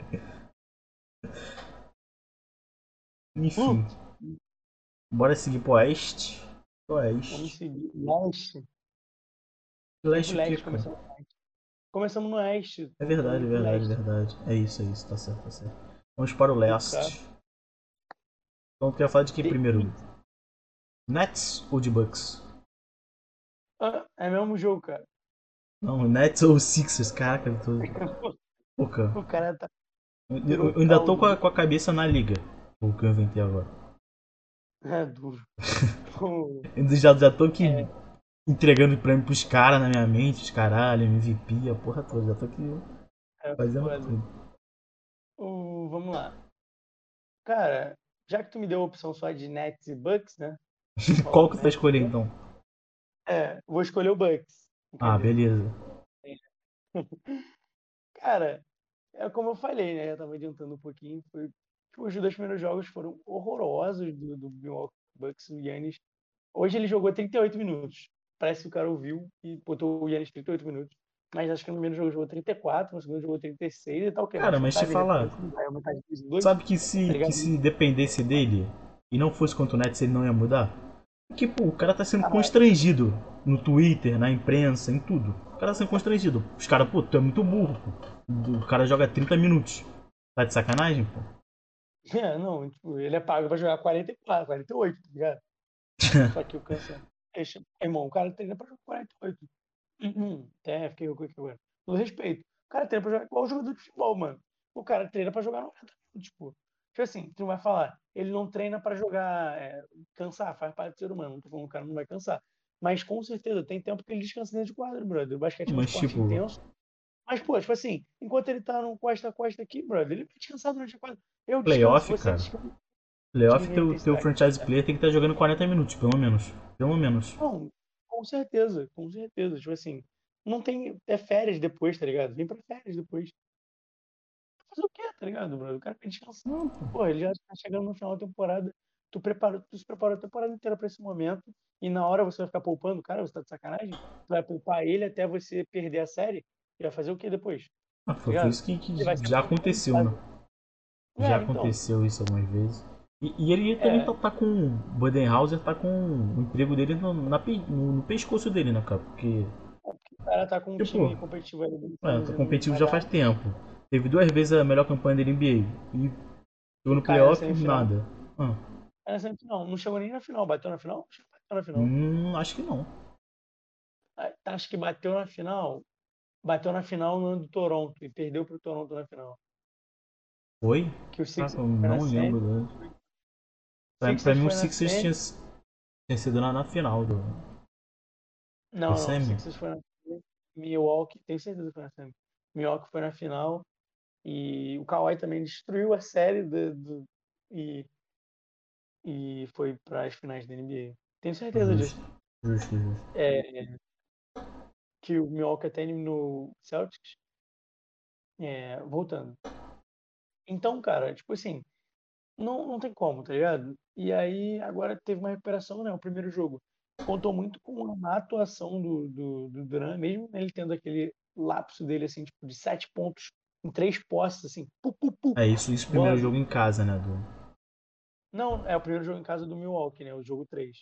Enfim, Flu! bora seguir pro oeste. Pro Vamos oeste. seguir. Leste. Sempre Leste o que, leste, cara? começando no oeste. Começamos no oeste, É estamos verdade, é indo pro verdade, é leste. verdade. É isso, é isso, tá certo, tá certo. Vamos para o Focar. leste. Então tu quer falar de quem The primeiro? Heat. Nets ou de Bucks? Ah, é mesmo jogo, cara. Não, Nets ou Sixers? Caraca, eu tô. Pô, cara. O cara tá, Eu, eu- virou eu ainda tô caldo, com a, viu? com a cabeça na liga. O que eu inventei agora. É duro. Pô, Eu já, já tô aqui é, entregando prêmio pros caras na minha mente, os caralho, M V P, a porra toda. Já tô aqui é fazendo foda. tudo. O, vamos lá. Cara, já que tu me deu a opção só de Nets e Bucks, né? Vou falar Qual do que tu vai Nets e escolher Bucks. então? É, vou escolher o Bucks. Ah, Brincadeira. beleza. Cara, é como eu falei, né? Eu tava adiantando um pouquinho. Foi, tipo, os dois primeiros jogos foram horrorosos do, do Milwaukee Bucks. O Giannis. Hoje ele jogou trinta e oito minutos. Parece que o cara ouviu e botou o Giannis trinta e oito minutos. Mas acho que no primeiro jogo jogou trinta e quatro, no segundo jogou trinta e seis e tal, o quê? Cara, Mais mas te tarde, falar, depois vai aumentar de dois em dois, sabe que tá se, que ligado? se dependesse dele e não fosse contra o Nets, ele não ia mudar? Porque, pô, o cara tá sendo Cara, constrangido no Twitter, na imprensa, em tudo. O cara tá sendo constrangido. Os caras, pô, tu é muito burro, pô. O cara joga trinta minutos. Tá de sacanagem, pô? é, não, tipo, ele é pago pra jogar quarenta e quatro, quarenta e oito, tá ligado? Só que o cansa. Deixa, irmão, o cara treina pra jogar quarenta e oito. Uhum. É, fiquei com aqui agora. Com respeito. O cara treina pra jogar igual jogador de futebol, mano. O cara treina pra jogar noventa minutos, tipo. Tipo assim, tu não vai falar, ele não treina pra jogar, é, cansar, faz parte do ser humano. Não tô falando que o cara não vai cansar. Mas com certeza tem tempo que ele descansa dentro de quadro, brother. O basquete é um Mas, esporte tipo, intenso. Mas, pô, tipo assim, enquanto ele tá no costa a costa aqui, brother, ele vai descansar durante a quadra. Eu descanso, playoff, você cara. descansa, Playoff, diminui a teu, teu intensidade. franchise player tem que estar jogando quarenta minutos, pelo menos. Pelo menos. Não, com certeza, com certeza. Tipo assim, não tem. É férias depois, tá ligado? Vem pra férias depois. Fazer o quê, tá ligado, brother? O cara quer descansar. Não, pô. Pô, ele já tá chegando no final da temporada. Tu, preparou, tu se preparou a temporada inteira pra esse momento. E na hora você vai ficar poupando o cara, você tá de sacanagem? Tu vai poupar ele até você perder a série? E vai fazer o quê depois? Ah, Tá foi, foi ligado? isso que, que Ele vai ser já poupado em aconteceu, né? casa. Já É, então. aconteceu isso algumas vezes. E, e ele também tá, É, tá com. O Budenhauser tá com o emprego dele no, na pe- no, no pescoço dele, né, cara? Porque, o cara tá com um tipo, time competitivo ali do é, tá Suns e não competitivo vai já dar. faz tempo. Teve duas vezes a melhor campanha dele N B A. E chegou E no cai na playoff, semifinal. nada. Ah, Cai na semifinal. Não chegou nem na final. Bateu na final? Acho que bateu na final. hum, acho que não. Ah, acho que bateu na final. Bateu na final no ano do Toronto e perdeu pro Toronto na final. Foi? Que o Caraca, Sixers eu foi na não lembro. semi. Né? Pra, pra Sixers mim, o foi na Sixers tinha, semi. tinha sido na, na final do, do Não, não. semi. Sixers foi na semi. Milwaukee, tenho certeza que foi na semi. Milwaukee foi na final. E o Kawhi também destruiu a série do, do- e, e foi para as finais da N B A. Tenho certeza disso. Justo, justo, justo. É, que o Milwaukee até eliminou o Celtics. É, voltando. Então, cara, tipo assim, não, não tem como, tá ligado? E aí, agora teve uma recuperação, né? O primeiro jogo. Contou muito com a atuação do, do, do Duran, mesmo ele tendo aquele lapso dele, assim, tipo, de sete pontos em três posses, assim, pu, pu, pu, É isso, isso primeiro bola. jogo em casa, né? Do... Não, é o primeiro jogo em casa do Milwaukee, né? O jogo três.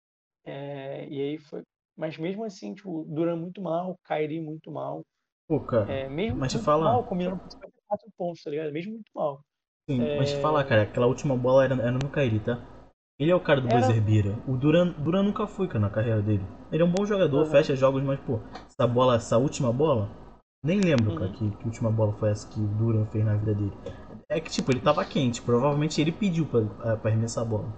É, e aí foi. Mas mesmo assim, tipo, o Duran muito mal, Kyrie muito mal. Pô, cara, É, mesmo mas te muito mal, falar. combinando por cinquenta e quatro pontos, tá ligado? Mesmo muito mal. Sim, mas te falar, É, cara, aquela última bola era, era no Kyrie, tá? Ele é o cara do era. buzzer beater. O Duran, Duran nunca foi, cara, na carreira dele. Ele é um bom jogador, Aham, fecha jogos, mas, pô, essa bola, essa última bola, nem lembro, cara, uhum. que, que última bola foi essa que o Duran fez na vida dele. É que, tipo, ele tava quente, provavelmente ele pediu pra, pra arremessar a bola.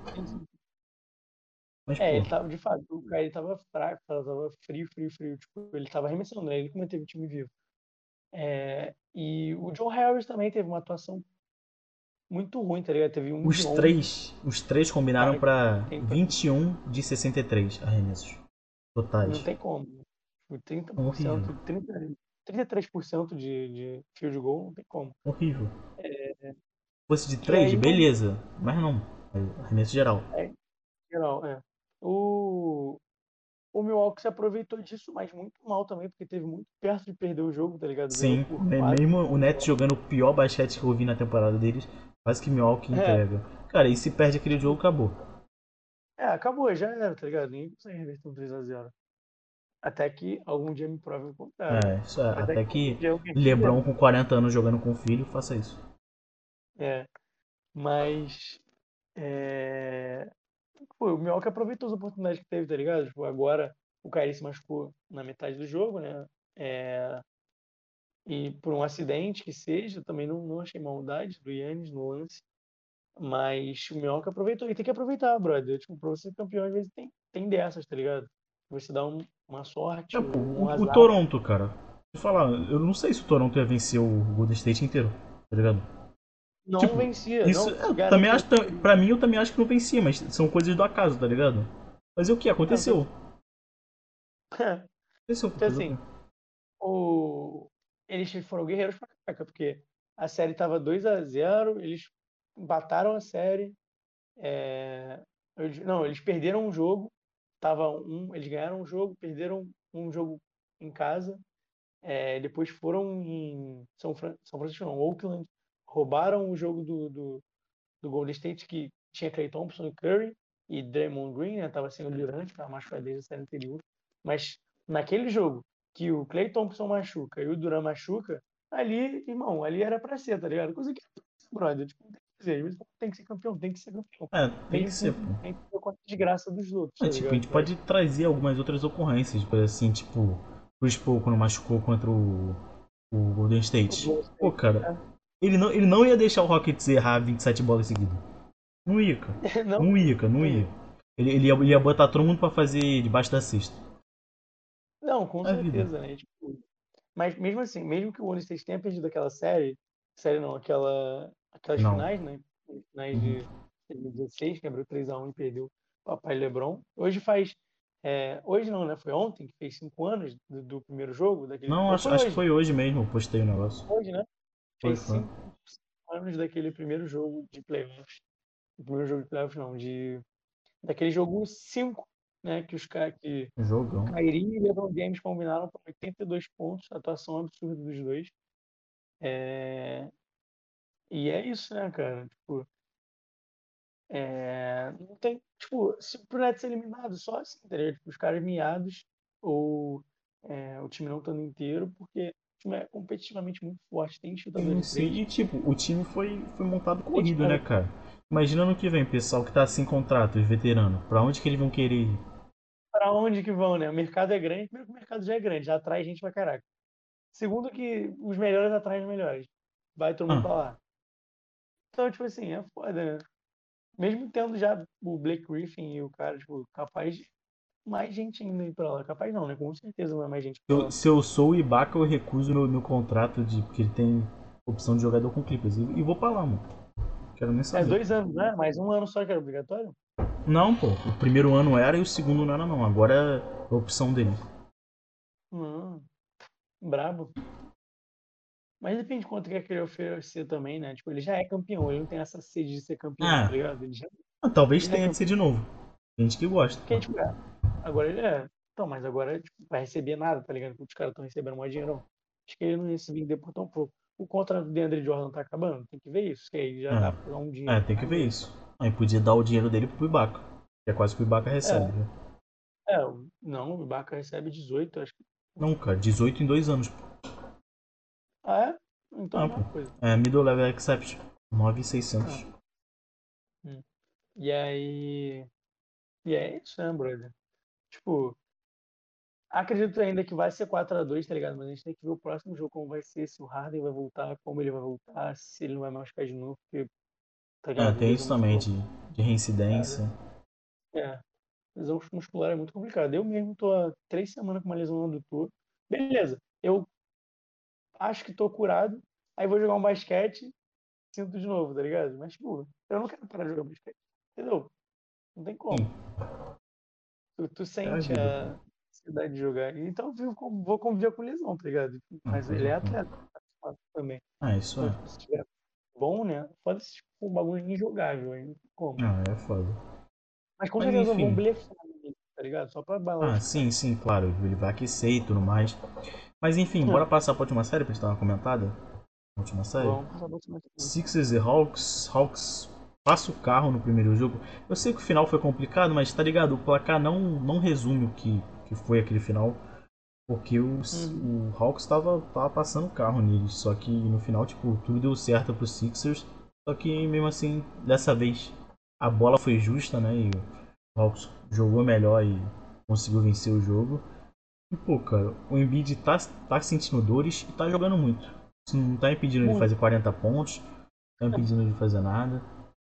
Mas, É, pô, ele tava, de fato, o Kyrie tava fraco, tava frio, frio, frio. Tipo, ele tava arremessando, né? Ele que manteve o time vivo. É, e o Joe Harris também teve uma atuação muito ruim, tá ligado? Teve um de os onze. três, os três combinaram Cara, pra tem, vinte e um de sessenta e três arremessos não totais. tem como. Tipo, trinta por Horrível, cento, trinta, trinta e três por cento de, de field goal, não tem como. horrível. Se fosse de E três, aí o. beleza, mas não. É arremesso geral. É, geral, é. O, o Milwaukee se aproveitou disso, mas muito mal também, porque teve muito perto de perder o jogo, tá ligado? Ganhou Sim, por me- quatro mesmo o pontos Nets só. jogando o pior basquete que eu vi na temporada deles, quase que Milwaukee É, entrega. Cara, e se perde aquele jogo, tipo, acabou. é, acabou, já era, tá ligado? Ninguém consegue reverter um três a zero. Até que algum dia me prove o contrário. É, isso é. Até Até que algum que dia alguém me LeBron lembra. com quarenta anos jogando com o filho, faça isso. É, mas. É, pô, o Milwaukee aproveitou as oportunidades que teve, tá ligado? Tipo, agora o Kyrie se machucou na metade do jogo, né? É, e por um acidente que seja, também não, não achei maldade do Yannis no lance. Mas o Milwaukee aproveitou. E tem que aproveitar, brother. Tipo, pra você ser campeão, às vezes tem, tem dessas, tá ligado? Você dá um- uma É, sorte, pô, um, um o, o azar. Toronto, cara. Deixa eu falar, eu não sei se o Toronto ia vencer o Golden State inteiro, tá ligado? Não Tipo, vencia, isso. não, te Eu também garanto que acho. não Pra vencia. mim, eu também acho que não vencia, mas são coisas do acaso, tá ligado? Fazer o que? É, não tem... Aconteceu. Aconteceu, pô, Então, fazer o quê? assim, o... eles foram guerreiros pra caraca, porque a série tava dois a zero, eles empataram a série. é, eles- não, eles perderam um jogo, tava um, eles ganharam um jogo, perderam um jogo em casa. é, depois foram em São, Fran- São Francisco, não, Oakland, roubaram o jogo do, do, do Golden State, que tinha Klay Thompson e Curry e Draymond Green, né? Tava sem o Durant, tava machucado desde a série anterior. Mas naquele jogo que o Klay Thompson machuca e o Durant machuca, ali, irmão, ali era pra ser, tá ligado? Coisa que, brother, tipo, não tem que dizer, eles tem que ser campeão, tem que ser campeão. É, tem que Mesmo ser, com, pô. mesmo com a desgraça dos outros, É, tá tipo, a ligado? gente Mas, pode trazer algumas outras ocorrências, por assim, tipo, Chris Paul quando machucou contra o, o Golden o State. Golden Pô, State, cara, ele não, ele não ia deixar o Rockets errar vinte e sete bolas seguidas. Não ia, cara. é, não, Não ia, cara, não não ia. ia. Ele, ele, ia, ele ia botar todo mundo pra fazer debaixo da cesta. Não, com É a vida. certeza, né? Tipo, mas mesmo assim, mesmo que o Golden State tenha perdido aquela série, série não, aquela, aquelas Não. finais, né? Finais Uhum. de dois mil e dezesseis, que abriu três a um e perdeu o papai LeBron. Hoje faz. é, hoje não, né? Foi ontem que fez cinco anos do, do primeiro jogo daquele. Não, Ou acho, foi acho que hoje? foi hoje mesmo, eu postei o negócio. Hoje, né? Foi, Fez foi. cinco anos daquele primeiro jogo de playoffs. O primeiro jogo de playoffs, não, de daquele jogo cinco, né? Que os caras que Jogão. Kyrie e LeBron James combinaram para oitenta e dois pontos, atuação absurda dos dois. É, e é isso, né, cara? Tipo, é, não tem, tipo, se pro Nets ser eliminado, só assim, tá ligado? Tipo, os caras miados ou é, o time não estando inteiro, porque o time é competitivamente muito forte, tem chutador Sim, de sim. três, E tipo, o time foi, foi montado tem corrido, né, chutador. cara? Imagina ano que vem, pessoal que tá sem contrato, os veteranos. Pra onde que eles vão querer ir? Para onde que vão, né? O mercado é grande, primeiro que o mercado já é grande, já atrai gente pra caraca. Segundo que os melhores atraem os melhores. Vai todo mundo pra Ah, lá. Então, tipo assim, é foda, né? Mesmo tendo já o Blake Griffin e o cara, tipo, capaz de mais gente ainda ir pra lá. Capaz não, né? Com certeza vai mais gente se pra eu, lá. se eu sou o Ibaka, eu recuso meu, meu contrato de. Porque ele tem opção de jogador com Clippers. E, e vou pra lá, mano. Quero nem É saber. dois anos, né? Mais um ano só que era obrigatório? Não, pô. O primeiro ano era e o segundo não era, não. Agora é a opção dele. Hum, brabo. Mas depende de quanto que é que ele oferecer também, né? Tipo, ele já é campeão, ele não tem essa sede de ser campeão, tá Ah, ligado? Ele já, ele talvez já é tenha de ser campeão. de novo. Tem gente que gosta. Porque, tipo, é, agora ele é. Então, mas agora tipo, vai receber nada, tá ligado? Os caras estão recebendo mais dinheiro. Acho que ele não ia se vender por tão pouco. O contrato do DeAndre Jordan tá acabando, tem que ver isso, que aí já dá pra pegar um É, dinheiro é, tem que mais ver dele. isso. Aí podia dar o dinheiro dele pro Ibaka. Que é quase que o Ibaka recebe, É, né? é, o- não, o Ibaka recebe dezoito, acho que. Não, cara, dezoito em dois anos, pô. Ah, é? Então é Ah, a pô. mesma coisa. É middle level exception. nove mil e Ah, seiscentos. hum. E aí. E é isso, né, brother? Tipo, acredito ainda que vai ser quatro a dois, tá ligado? Mas a gente tem que ver o próximo jogo como vai ser, se o Harden vai voltar, como ele vai voltar, se ele não vai machucar de novo, porque, tá É, ligado? tem Lesão isso também muscular, de, de reincidência. é, lesão muscular é muito complicado. Eu mesmo tô há três semanas com uma lesão no adutor. Beleza, eu acho que tô curado, aí vou jogar um basquete, sinto de novo, tá ligado? Mas, tipo, eu não quero parar de jogar basquete, entendeu? Não tem Sim, como. Tu, tu é a sente vida, pô. a necessidade de jogar. Então eu vivo com- vou conviver com lesão, tá ligado? Não, Mas fazer ele o é quê? atleta também. Ah, isso Então, é. tipo, se tiver bom, né? Pode ser tipo, um bagulho injogável, aí não tem como. Ah, é foda. Mas com Mas certeza vão enfim. blefar nele, tá ligado? Só pra balar Ah, os sim, caras. sim, claro. Ele vai aquecer e tudo mais. Mas enfim, bora É, passar pra última série pra gente dar uma comentada? Última série? vamos passar por cima aqui. Sixers e Hawks. Hawks passa o carro no primeiro jogo. Eu sei que o final foi complicado, mas tá ligado? O placar não, não resume o que, que foi aquele final. Porque os, Uhum. o Hawks tava, tava passando o carro neles. Só que no final, tipo, tudo deu certo pro Sixers. Só que mesmo assim, dessa vez a bola foi justa, né? E o Hawks jogou melhor e conseguiu vencer o jogo. E pô, cara, o Embiid tá, tá sentindo dores e tá jogando muito. Isso não tá impedindo ele de Muito. fazer quarenta pontos, não tá impedindo ele de fazer nada.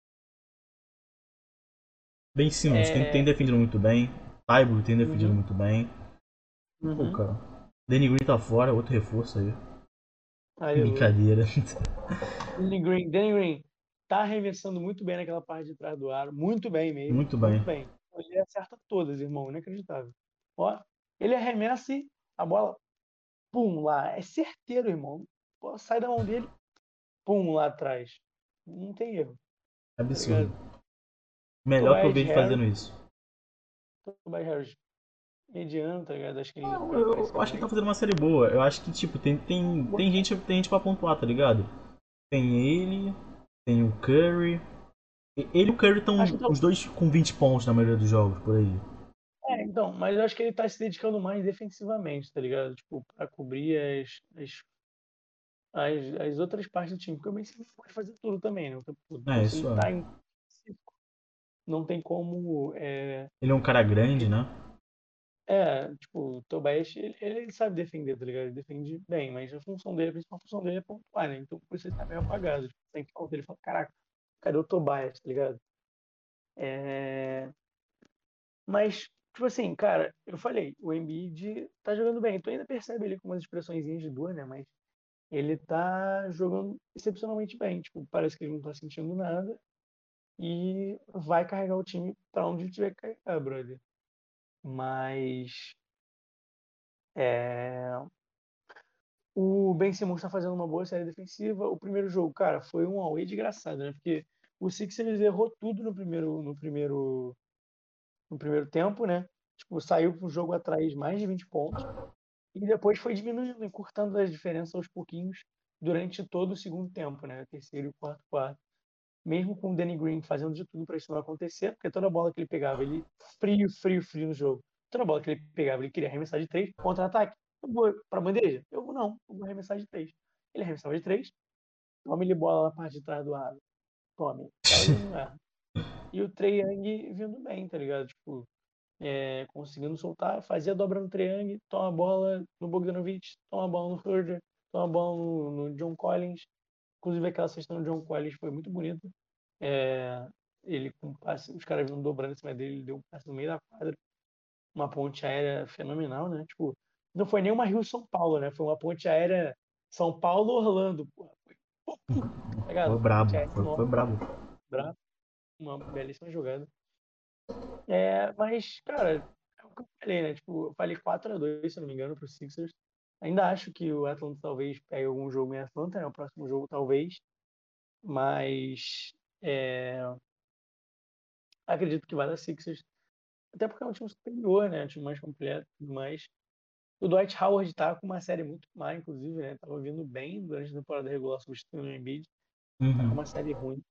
Ben Simmons tem, tem É. defendido muito bem. Taibo tem defendido Uhum. muito bem. E pô, Uhum. cara, Danny Green tá fora, outro reforço aí. Aleluia. Brincadeira. Danny Green, Danny Green tá arremessando muito bem naquela parte de trás do aro. Muito bem mesmo. Muito bem. Muito bem. Ele acerta todas, irmão. Inacreditável. Ó, ele arremessa e a bola, pum, lá. É certeiro, irmão. Pô, sai da mão dele. pum, lá atrás. Não tem erro, tá Absurdo. ligado? Melhor que eu Tobias vejo Harris, fazendo isso. Tobias Harris mediano, tá ligado? Acho que ele Eu, vai eu- crescer eu acho que ele tá muito. fazendo uma série boa. Eu acho que, tipo, tem, tem, tem gente, tem gente pra pontuar, tá ligado? Tem ele, tem o Curry. E- Ele e o Curry estão Acho que os então, dois com vinte pontos na maioria dos jogos, por aí. é, então, mas eu acho que ele tá se dedicando mais defensivamente, tá ligado? Tipo, pra cobrir as, as, as, as outras partes do time. Porque o Ben Simmons pode fazer tudo também, né? O tempo todo. É, Então, se ele isso é. tá em. Não tem como. É, Ele é um cara grande, né? é, tipo, o Tobias, ele, ele sabe defender, tá ligado? Ele defende bem, mas a função dele, a principal função dele é pontuar, né? Então, por isso ele tá meio apagado. Tipo, sempre falta ele fala, caraca, cadê o Tobias, tá ligado? É, mas, tipo assim, cara, eu falei, o Embiid tá jogando bem. Tu ainda percebe ele com umas expressõezinhas de dor, né? Mas ele tá jogando excepcionalmente bem. Tipo, parece que ele não tá sentindo nada e vai carregar o time pra onde ele tiver que carregar, brother. Mas é, o Ben Simmons tá fazendo uma boa série defensiva. O primeiro jogo, cara, foi um away desgraçado, né? Porque o Sixers errou tudo no primeiro, no primeiro, no primeiro tempo, né? Tipo, saiu pro jogo atrás mais de vinte pontos. E depois foi diminuindo, encurtando as diferenças aos pouquinhos durante todo o segundo tempo, né? O terceiro e o quarto quarto. Mesmo com o Danny Green fazendo de tudo para isso não acontecer, porque toda bola que ele pegava, ele frio, frio, frio no jogo. Toda bola que ele pegava, ele queria arremessar de três, contra-ataque. Eu vou pra bandeja? Eu vou não, eu vou arremessar de três. Ele arremessava de três, tome ele bola na parte de trás do aro. Tome. Aquela ele não erra. E o Trae Young vindo bem, tá ligado? Tipo, é, conseguindo soltar, fazia dobra no triângulo, toma a bola no Bogdanovic, toma a bola no Herder, toma a bola no, no John Collins. Inclusive aquela sexta no John Collins foi muito bonita. É, ele com passe, os caras vindo dobrando em cima dele, ele deu um passe no meio da quadra, uma ponte aérea fenomenal, né? Tipo, não foi nem uma Rio-São Paulo, né? Foi uma ponte aérea São Paulo-Orlando, porra. Foi, pô, pô, tá Foi ligado? brabo, Ponte aérea foi, foi enorme, brabo. brabo, uma belíssima jogada. É, mas, cara, é o que eu falei, né? Tipo, eu falei quatro a dois se eu não me engano, pro Sixers. Ainda acho que o Atlanta talvez pegue algum jogo em Atlanta, né? O próximo jogo talvez. Mas é, acredito que vai dar Sixers. Até porque é um time superior, né? Um time mais completo e tudo mais. O Dwight Howard tá com uma série muito má, inclusive, né? Tava vindo bem durante a temporada regular substituindo o Embiid. Tá com Uhum. uma série ruim.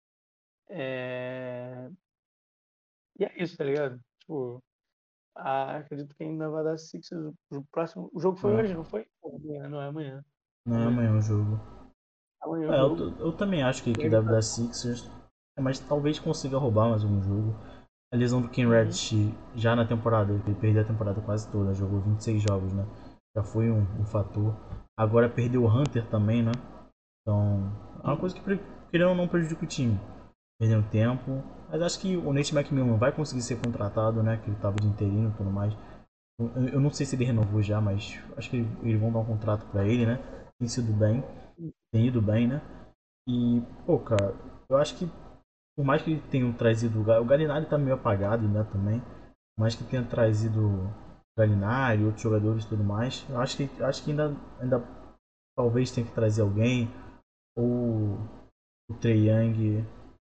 É, e é isso, tá ligado? Tipo, ah, acredito que ainda vai dar Sixers. O próximo. O jogo foi hoje, É, não foi? Pô, amanhã, não é amanhã. não é Amanhã. amanhã o jogo. Amanhã o É, eu, jogo. t- eu também acho que, E que aí, deve tá. dar Sixers. É, mas talvez consiga roubar mais um jogo. A lesão do Ken Uhum. Reddish já na temporada, ele perdeu a temporada quase toda, jogou vinte e seis jogos, né? Já foi um, um fator. Agora perdeu o Hunter também, né? Então, é uma coisa Uhum. que, pre- querendo ou não, prejudica o time. Perdendo tempo. Mas acho que o Nate McMillan vai conseguir ser contratado, né? Que ele tava de interino e tudo mais. Eu, eu não sei se ele renovou já, mas acho que eles vão dar um contrato pra ele, né? Tem sido bem, tem ido bem, né? E, pô, cara, eu acho que por mais que tenham trazido o Ga- o Gallinari tá meio apagado, né, também. Por mais que tenha trazido o Gallinari, outros jogadores e tudo mais, eu acho que, acho que ainda, ainda talvez tenha que trazer alguém. Ou o Trae Young.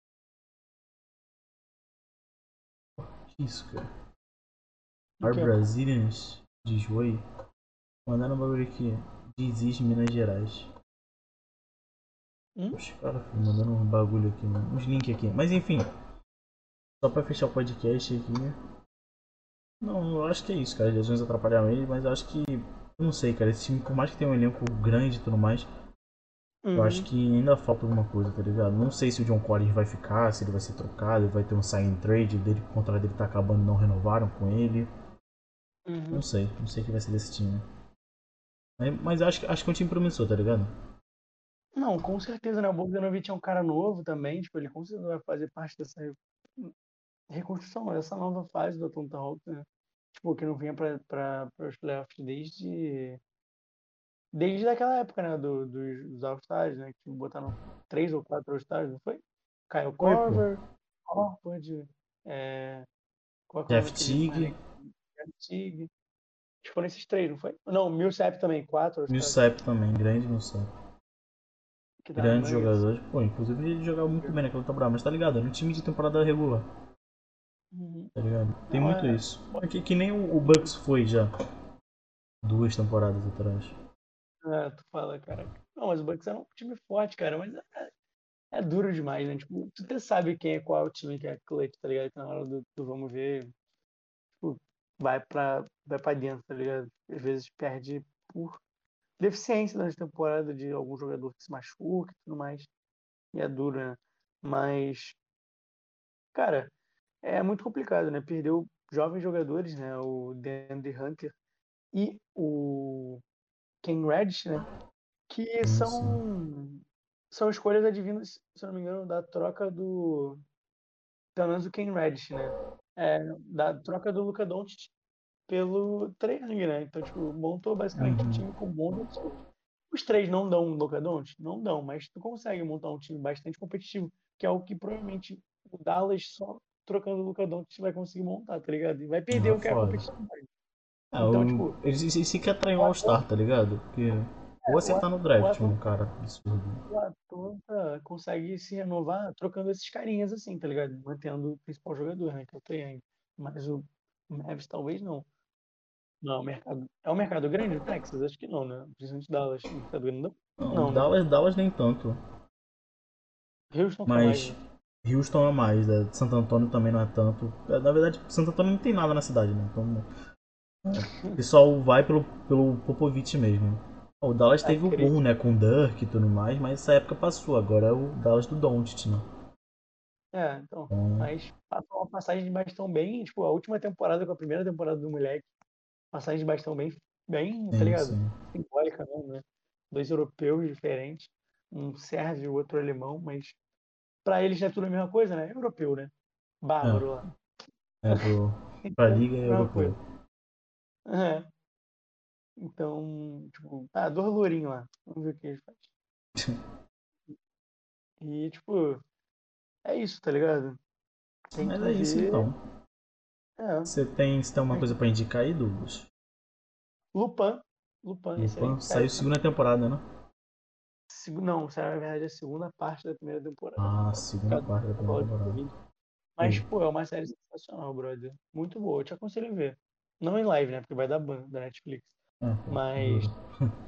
Que isso, cara? O Our quê? Brazilians de Joy. Mandando um bagulho aqui. Diz Minas Gerais. Hum? Os caras mandando um bagulho aqui, uns links aqui. Mas enfim, só pra fechar o podcast aqui. Não, eu acho que é isso, cara. As lesões atrapalharam ele, mas eu acho que. Eu não sei, cara. Esse time, por mais que tenha um elenco grande e tudo mais, eu acho Uhum. que ainda falta alguma coisa, tá ligado? Não sei se o John Collins vai ficar, se ele vai ser trocado, ele vai ter um sign trade dele, o contrato dele tá acabando e não renovaram com ele. Não Uhum. sei, não sei o que vai ser desse time. Mas, mas acho, que- acho que é um time promissor, tá ligado? Não, com certeza, né? O Bogdanovic é um cara novo também, tipo, ele com certeza vai fazer parte dessa re- reconstrução, dessa nova fase do Atlanta Hawks, né? Tipo, que não vinha para os playoffs desde, desde aquela época, né? Do, dos, dos All-Stars, né? Que botaram três ou quatro All-Stars, não foi? Kyle Foi, pô. Korver, Horford, é, qual que é o nome Jeff daquele Teague, mané? Tig. Acho que foram esses três, não foi? Não, Millsap também, quatro All-Stars. Millsap também, grande Millsap. que tá no Grandes Nuggets. jogadores. Pô, inclusive ele jogava muito bem naquela temporada, mas tá ligado? Era um time de temporada regular, Uhum. tá ligado? Tem Não, muito é. isso. É que, que nem o, o Bucks foi já duas temporadas atrás. É, tu fala, cara. Não, mas o Bucks é um time forte, cara, mas é, é duro demais, né? Tipo, tu até sabe quem é qual é o time que é clutch, tá ligado? Na hora do, do vamos ver, tipo, vai pra, vai pra dentro, tá ligado? Às vezes perde por deficiência na temporada de algum jogador que se machuca e tudo mais. E é duro, né? Mas, cara, é muito complicado, né? Perdeu jovens jogadores, né? O DeAndre Hunter e o Ken Reddish, né? Que Sim, sim. são, são escolhas advindas, se eu não me engano, da troca do. Pelo menos o Ken Reddish, né? É, da troca do Luka Doncic pelo Trae Young, né? Então, tipo, montou basicamente um Uhum. time com bons jogadores. Os três não dão um Luka Doncic? Não dão, mas tu consegue montar um time bastante competitivo, que é o que provavelmente o Dallas só trocando o Luka Doncic vai conseguir montar, tá ligado? E vai perder Não é o que é a foda. competitividade. É, Então, o, tipo, eles, eles se quer atrair um o Atlanta, All-Star, tá ligado? Porque. Ou é, o acertar At- no o draft um Atlanta, cara absurdo. o Atlanta consegue se renovar trocando esses carinhas assim, tá ligado? Mantendo o principal jogador, né? Que é o Trae Young. Mas o Mavs talvez não. Não, o mercado. É um mercado grande o Texas? Acho que não, né? Principalmente Dallas. Um mercado grande não? Não, Não, né? Dallas, Dallas nem tanto. Houston que é mais, Mas né? Houston é mais, né? Santo Antônio também não é tanto. É, na verdade, Santo Antônio não tem nada na cidade, né? Então o pessoal vai pelo, pelo Popovich mesmo. O Dallas teve o Acredito. boom, né? Com Dirk e tudo mais, mas essa época passou. Agora é o Dallas do Doncic, né? É, então. Então, Mas passou uma passagem de bastão bem, tipo, a última temporada com a primeira temporada do moleque, passagem de bastão bem, bem, tá sim, ligado? sim. Simbólica mesmo, né? Dois europeus diferentes, um sérvio e o outro alemão, mas pra eles é tudo a mesma coisa, né? Europeu, né? Bárbaro lá. É, é pro, pra Então, Liga é a mesma Europeia. coisa. É. Então, tipo, ah, dois lourinhos lá. Vamos ver o que eles fazem. E, tipo, é isso, tá ligado? Tem Mas que é isso ver. então. É. Você tem, você tem uma coisa pra indicar aí, Douglas? Lupin. Lupin, Lupin excelente saiu série. segunda temporada, né? Segu- Não, será na verdade a segunda parte da primeira temporada. Ah, Por segunda causa do parte da primeira protocolo de temporada. Covid. Mas, E, pô, é uma série sensacional, brother. Muito boa. Eu te aconselho a ver. Não em live, né? Porque vai dar ban da Netflix. ah, pô, Mas juro.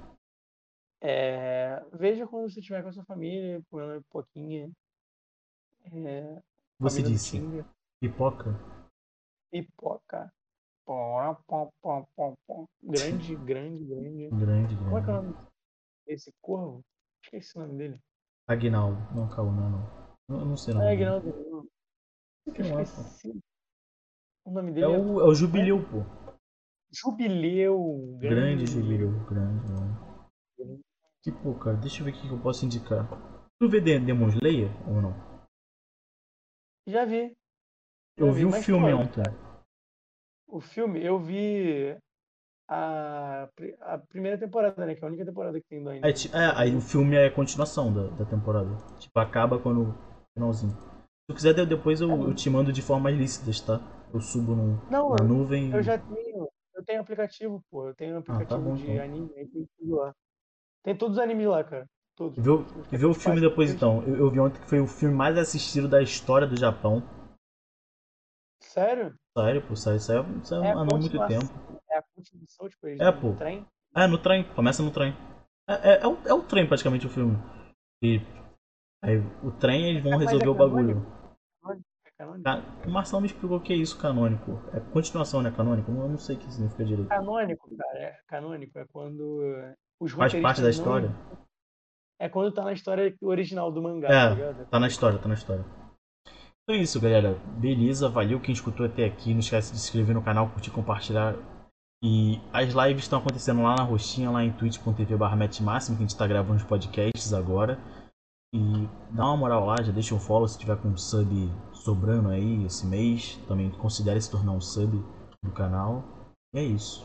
é, veja quando você estiver com a sua família, comendo uma pipoquinha, é, Você família do disse, Tinder, pipoca? pipoca. Pó, pó, pó, pó, pó. Grande, grande, grande. Grande, Como é que é o grande. nome desse corvo? Esqueci o nome dele. Aguinaldo. Não, Kauna, não. Eu eu não sei o É, nome dele. Aguinaldo, não. Que Eu não é, pô. esqueci. O nome É dele é. o, é o Como é? Jubileu, pô. Jubileu. Grande Grande Jubileu. Jubileu, grande, grande. E, pô, cara, deixa eu ver o que eu posso indicar. Tu vê The- Demon Slayer ou não? Já vi, Eu já vi vi. o Mas, pô, filme ontem. o filme, eu vi a, pri- a primeira temporada, né? Que é a única temporada que tem do Aí, anime. ti- é, aí o Então, filme é a continuação da, da temporada. Tipo, acaba quando. Finalzinho. Se tu quiser, de- depois eu, eu cara, te mando de formas lícitas, tá? Eu subo no, não, na eu nuvem eu e. já tenho. Eu tenho aplicativo, pô. Eu tenho um Ah, tá aplicativo bom de então. anime, aí tem tudo lá. Tem todos os animes lá, cara. Todos, E vê, o- todos. Os e vê o filme depois clássicos. então. Eu, eu vi ontem que foi o filme mais assistido da história do Japão. Sério? Sério, pô, saiu, saiu, É saiu a há não muito continuação. tempo. É a continuação, tipo, eles É, no pô. trem. É, no trem. Começa no trem. É, é, é, o, é o trem praticamente o filme. E aí o trem eles vão É, mas é resolver o bagulho. canônico? Canônico? É canônico? Ca- O Marcelo me explicou o que é isso, canônico. É continuação, né? Canônico? Eu não sei o que significa direito. Canônico, cara, é canônico é quando eh, os Faz parte da roteiristas não. história? in- É quando tá na história original do mangá, tá É, ligado? É tá na quando. história, tá na história. Então é isso, galera. Beleza, valeu quem escutou até aqui. Não esquece de se inscrever no canal, curtir, compartilhar. E as lives estão acontecendo lá na roxinha, lá em twitch ponto tv barra matchmáximo, que a gente tá gravando os podcasts agora. E dá uma moral lá, já deixa um follow se tiver com um sub sobrando aí esse mês. Também considere se tornar um sub do canal. E é isso.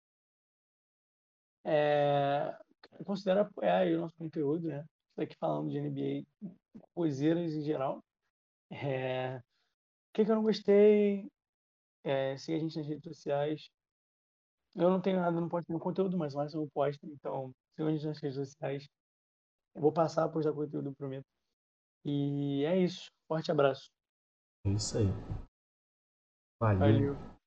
É, considero apoiar aí o nosso conteúdo, né? Estou aqui falando de N B A, coiseiras em geral. É, o que, que eu não gostei? É, siga a gente nas redes sociais. Eu não tenho nada, não posto nenhum conteúdo, mas mais eu posto. Então, siga a gente nas redes sociais. Eu vou passar a postar conteúdo, eu prometo. E é isso. Forte abraço. É isso aí. Valeu. Valeu.